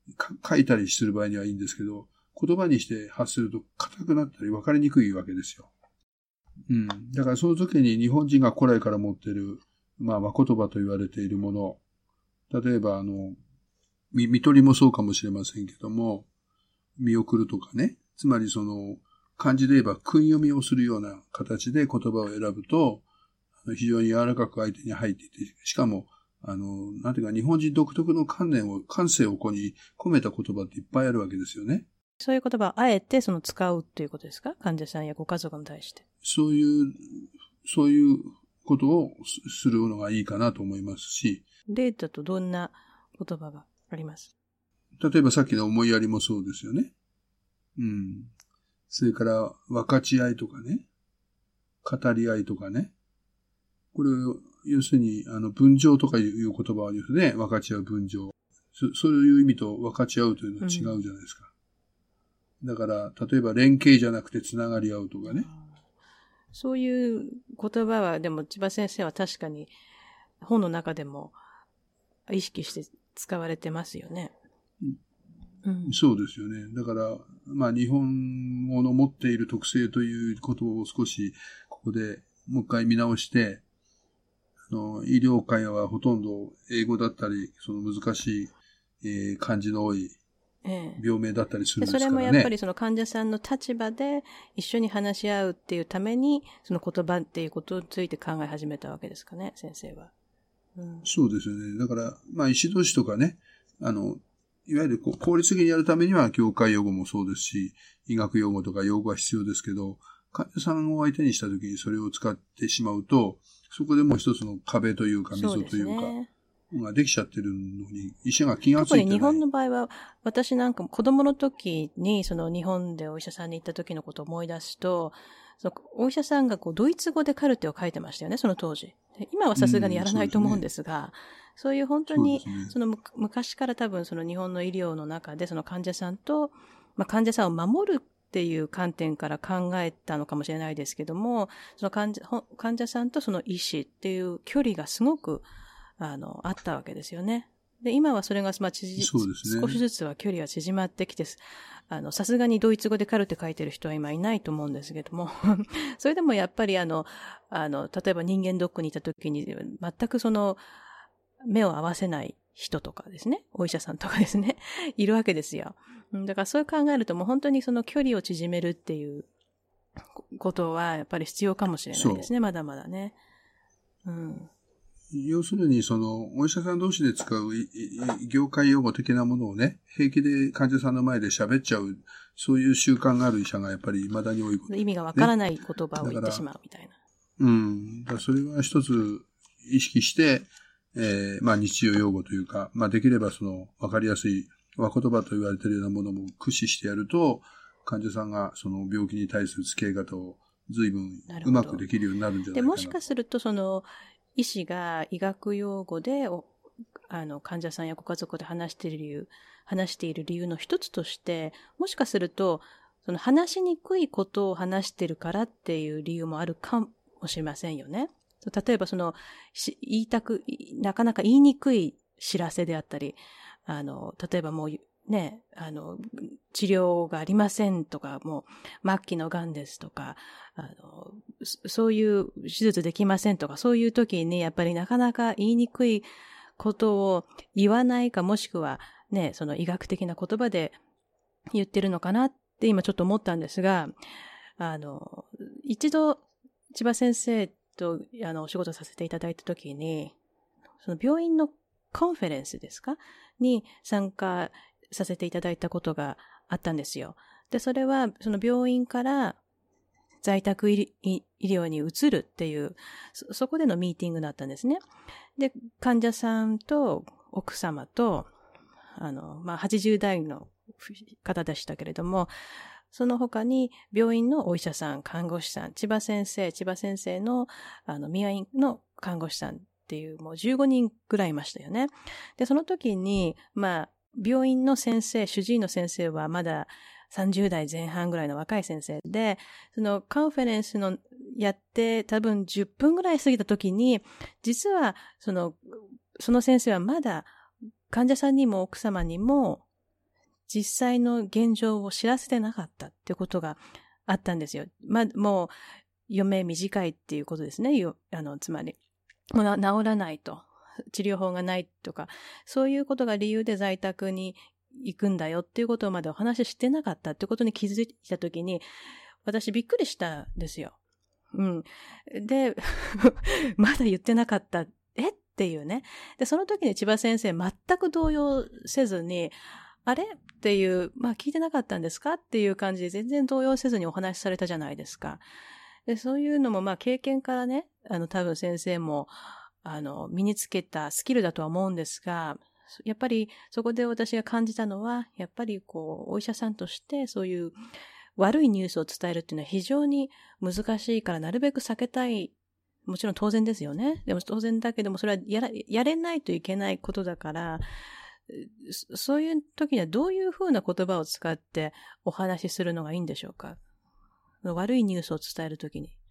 書いたりする場合にはいいんですけど、言葉にして発すると硬くなったり分かりにくいわけですよ。うん。だからその時に日本人が古来から持っている、まあ、和言葉と言われているもの、例えばあの、み、見取りもそうかもしれませんけども、見送るとかね。つまりその、漢字で言えば訓読みをするような形で言葉を選ぶと、非常に柔らかく相手に入っていて、しかも、あの、なんていうか日本人独特の観念を、感性をここに込めた言葉っていっぱいあるわけですよね。 そういう言葉をあえてその使うということですか？患者さんやご家族に対して。 そういう、そういうことをするのがいいかなと思いますし。 例だとどんな言葉があります？ 例えばさっきの思いやりもそうですよね。うん。それから分かち合いとかね。語り合いとかね。これ、要するに、あの、分譲とかいう言葉はですね、分かち合う分譲。そ、そういう意味と分かち合うというのは違うじゃないですか。うん、だから、例えば連携じゃなくてつながり合うとかね。 そういう言葉は、でも千葉先生は確かに本の中でも意識して使われてますよね。 うん、そうですよね。だから、まあ日本語の持っている特性ということを少しここでもう一回見直して、あの、医療界はほとんど英語だったり、その難しい、えー、漢字の多い病名だったりするんですからね。 それもやっぱりその患者さんの立場で一緒に話し合うっていうために、その言葉っていうことについて考え始めたわけですかね、先生は。 うん、そうですよね。だから、まあ医師同士とかね、あの、いわゆるこう効率的にやるためには業界用語もそうですし、医学用語とか用語は必要ですけど、患者さんを相手にしたときにそれを使ってしまうと、そこでもう一つの壁というか溝というか、ができちゃってるのに、医者が気がついてない。 特に日本の場合は、私なんかも子供の時に、その日本でお医者さんに行った時のことを思い出すと、そのお医者さんがこうドイツ語でカルテを書いてましたよね、その当時。今はさすがにやらないと思うんですが、うん、そうですね、そういう本当に、そ, ね、その昔から多分その日本の医療の中でその患者さんと、まあ、患者さんを守るっていう観点から考えたのかもしれないですけども、その患者、患者さんとその医師っていう距離がすごくあの、あったわけですよね。で、今はそれが、まあ、縮、ね、少しずつは距離は縮まってきて、あの、さすがにドイツ語でカルテ書いてる人は今いないと思うんですけども、それでもやっぱりあの、あの、例えば人間ドックにいた時に、全くその、目を合わせない人とかですね、お医者さんとかですね、いるわけですよ。だからそう考えるともう本当にその距離を縮めるっていうことはやっぱり必要かもしれないですね、まだまだね。うん。 要するに、その、お医者さん同士で使う業界用語的なものをね、平気で患者さんの前で喋っちゃう、そういう習慣がある医者がやっぱり未だに多いこと、ね。 意味がわからない言葉を言ってしまうみたいな。 うん。だからそれは一つ意識して、えー、まあ日常用語というか、まあできればその、わかりやすい和言葉と言われているようなものも駆使してやると、患者さんがその病気に対する付き合い方を随分うまくできるようになるんじゃないかな。 で、もしかするとその、医師が医学用語であの患者さんやご家族で話している理由、話している理由の一つとして、もしかするとその話しにくいことを話しているからっていう理由もあるかもしれませんよね。例えばその言いたくなかなか言いにくい知らせであったり、あの例えばもうね、あの治療がありませんとか、もう末期のがんですとか、あのそういう手術できませんとか、そういう時にやっぱりなかなか言いにくいことを言わないか、もしくはね、その医学的な言葉で言ってるのかなって今ちょっと思ったんですが、あの一度千葉先生とあのお仕事させていただいた時に、その病院のコンフェレンスですかに参加させていただいたことがあったんですよ。で、それはその病院から在宅医療に移るっていう、そ、そこでのミーティングだったんですね。で、患者さんと奥様と、あの、まあ、はちじゅう代の方でしたけれども、その他に病院のお医者さん、看護師さん、千葉先生、千葉先生の、あの、宮院の看護師さんっていう、もうじゅうごにんぐらいいましたよね。で、その時に、まあ、病院の先生、主治医の先生はまださんじゅう代前半ぐらいの若い先生で、そのカンファレンスのやって多分じゅっぷんぐらい過ぎた時に、実はその、その先生はまだ患者さんにも奥様にも実際の現状を知らせてなかったってことがあったんですよ。まあ、もう余命短いっていうことですね。よあのつまりもう治らないと、治療法がないとか、そういうことが理由で在宅に行くんだよっていうことをまでお話ししてなかったってことに気づいたときに、私びっくりしたんですよ。うん。で、まだ言ってなかった。えっていうね。で、その時に千葉先生全く動揺せずに、あれっていう、まあ聞いてなかったんですかっていう感じで全然動揺せずにお話しされたじゃないですか。で、そういうのもまあ経験からね、あの多分先生も、あの、身につけたスキルだとは思うんですが、やっぱりそこで私が感じたのは、やっぱりこう、お医者さんとしてそういう悪いニュースを伝えるっていうのは非常に難しいからなるべく避けたい。もちろん当然ですよね。でも当然だけどもそれはやら、やれないといけないことだから、そういう時にはどういうふうな言葉を使ってお話しするのがいいんでしょうか。悪いニュースを伝えるときに。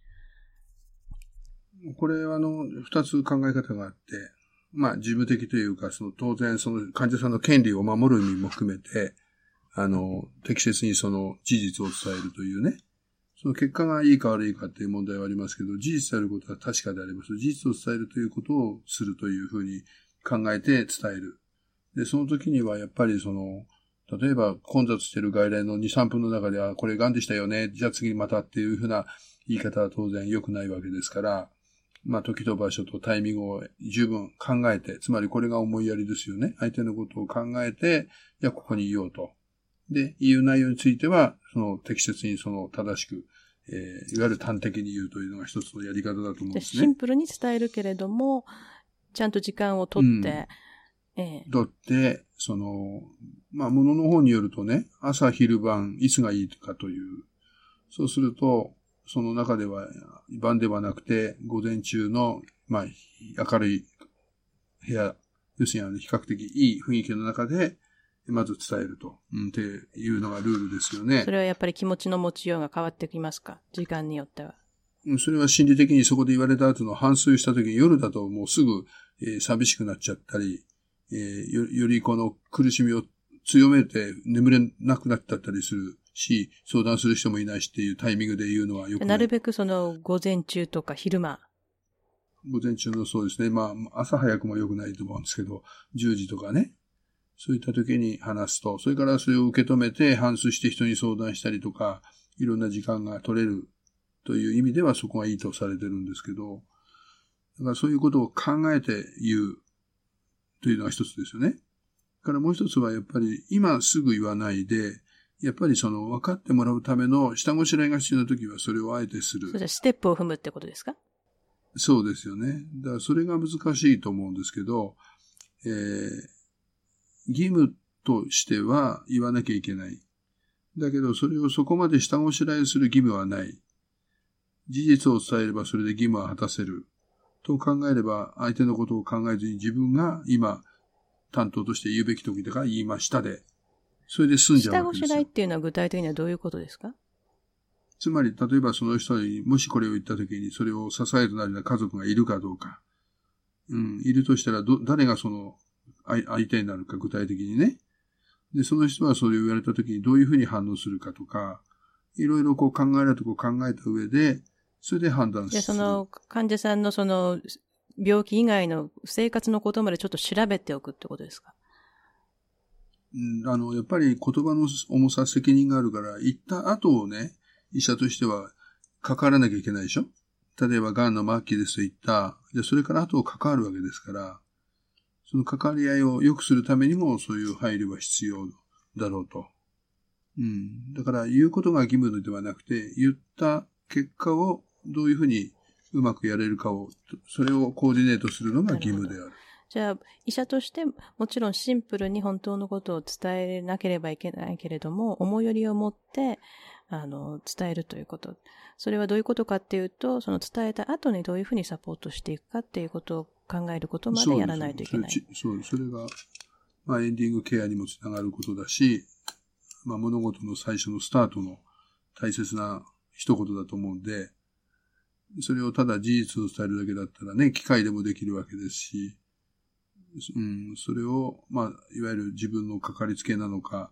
これはあの、二つ考え方があって、まあ事務的というか、その当然その患者さんの権利を守る意味も含めて、あの、適切にその事実を伝えるというね、その結果がいいか悪いかっていう問題はありますけど、事実であることは確かであります。事実を伝えるということをするというふうに考えて伝える。で、その時にはやっぱりその、例えば混雑している外来のに、さんぷんの中で、あ、これ癌でしたよね、じゃあ次またっていうふうな言い方は当然良くないわけですから、まあ時と場所とタイミングを十分考えて、つまりこれが思いやりですよね。相手のことを考えて、じゃあここに言おうと。で、言う内容については、その適切にその正しく、えー、いわゆる端的に言うというのが一つのやり方だと思うんですね。 シンプルに伝えるけれども、ちゃんと時間をとって、 うん、えー、とって、その、まあ、ものの方によるとね、朝、昼、晩、いつがいいかという。そうすると、その中では、晩ではなくて、午前中の、まあ、明るい部屋、要するに比較的いい雰囲気の中で、まず伝えると、うん、っていうのがルールですよね。 それはやっぱり気持ちの持ちようが変わってきますか？時間によっては。 それは心理的にそこで言われた後の反芻した時に夜だともうすぐ、えー、寂しくなっちゃったり、えー、よ, よりこの苦しみを強めて眠れなくなっちゃったりするし、相談する人もいないしっていうタイミングで言うのはよくない。 なるべくその午前中とか昼間。 午前中のそうですね。まあ朝早くも良くないと思うんですけど、じゅうじとかね。そういった時に話すと、それからそれを受け止めて反芻して人に相談したりとか、いろんな時間が取れるという意味ではそこがいいとされてるんですけど、だからそういうことを考えて言うというのが一つですよね。からもう一つはやっぱり今すぐ言わないで、やっぱりその分かってもらうための下ごしらえが必要な時はそれをあえてする。 それじゃステップを踏むってことですか？ そうですよね。だからそれが難しいと思うんですけど、えー、義務としては言わなきゃいけない。だけどそれをそこまで下ごしらえする義務はない。事実を伝えればそれで義務は果たせる。と考えれば相手のことを考えずに自分が今担当として言うべき時だから言いましたで、それで済んじゃうわけですよ。 下ごしらえっていうのは具体的にはどういうことですか？ つまり、例えばその人にもしこれを言った時にそれを支えとなるような家族がいるかどうか。うん、いるとしたらど、誰がその相手になるか具体的にね。で、その人はそれを言われた時にどういうふうに反応するかとか、いろいろこう考えるとこ考えた上で、それで判断する。 で、その患者さんのその病気以外の生活のことまでちょっと調べておくってことですか？ うん、あの、やっぱり言葉の重さ、責任があるから、言った後をね、医者としては関わらなきゃいけないでしょ？例えば、癌の末期ですと言った、じゃそれから後を関わるわけですから、その関わり合いを良くするためにも、そういう配慮は必要だろうと。うん。だから、言うことが義務ではなくて、言った結果をどういうふうにうまくやれるかを、それをコーディネートするのが義務である。 じゃあ、医者としてもちろんシンプルに本当のことを伝えなければいけないけれども、思いやりを持って、あの、伝えるということ。それはどういうことかっていうと、その伝えた後にどういうふうにサポートしていくかっていうことを考えることまでやらないといけない。 そうです。そうです。それが、まあ、エンディングケアにもつながることだし、まあ、物事の最初のスタートの大切な一言だと思うんで、それをただ事実を伝えるだけだったらね、機械でもできるわけですし、うん、それを、まあ、いわゆる自分のかかりつけなのか、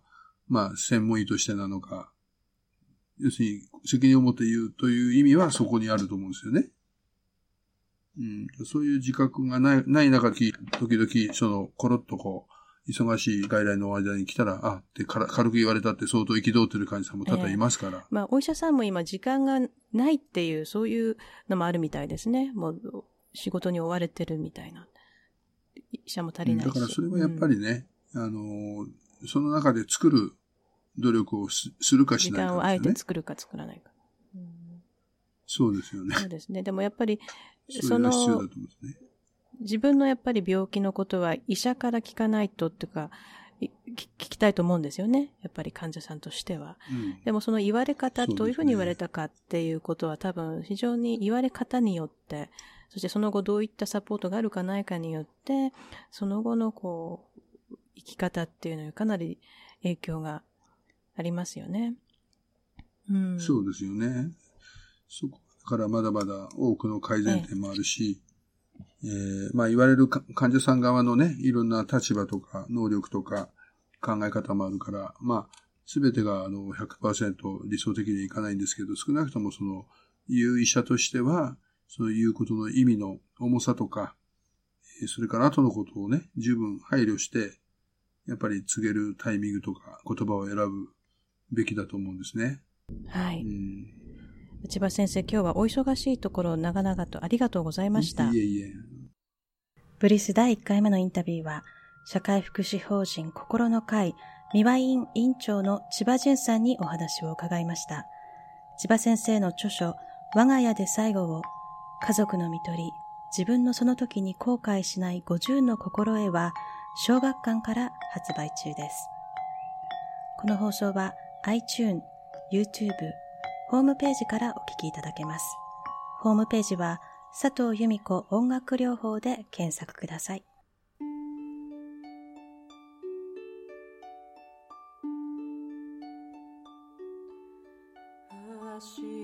まあ、専門医としてなのか、要するに責任を持って言うという意味はそこにあると思うんですよね。うん、そういう自覚がない、ない中で、時々、その、コロッとこう、忙しい外来の間に来たら、あ、って軽く言われたって相当憤ってる患者さんも多々いますから。えー、 まあ、お医者さんも今時間がないっていう、そういうのもあるみたいですね。もう、仕事に追われてるみたいな。医者も足りないし。 だからそれはやっぱりね、うん、あの、その中で作る努力を す, するかしないかですよね。 時間をあえて作るか作らないか。 うん、そうですよね。 そうですね。でもやっぱり、 その、必要だと思うんですね。 自分のやっぱり病気のことは医者から聞かないとっていうか、聞きたいと思うんですよね。やっぱり患者さんとしては。うん、でもその言われ方、どういうふうに言われたかっていうことは多分非常に言われ方によって、そしてその後どういったサポートがあるかないかによって、その後のこう、生き方っていうのにかなり影響がありますよね。 うん、そうですよね。そこからまだまだ多くの改善点もあるし、ええー、まあ言われる患者さん側のね、いろんな立場とか能力とか考え方もあるから、まあすべてがあの ひゃくパーセント 理想的にはいかないんですけど、少なくともその言う医者としては、そういうことの意味の重さとか、それから後のことをね、十分配慮して、やっぱり告げるタイミングとか言葉を選ぶべきだと思うんですね。 はい。うん千葉先生、今日はお忙しいところ長々とありがとうございました。 いえいえ。 ブリスだいいっかいめのインタビューは、社会福祉法人心の会三輪院院長の千葉淳さんにお話を伺いました。千葉先生の著書、我が家で最後を、家族の看取り、自分のその時に後悔しないごじゅうの心得は、小学館から発売中です。この放送は iTunes、YouTube、ホームページからお聞きいただけます。ホームページは佐藤由美子音楽療法で検索ください。明日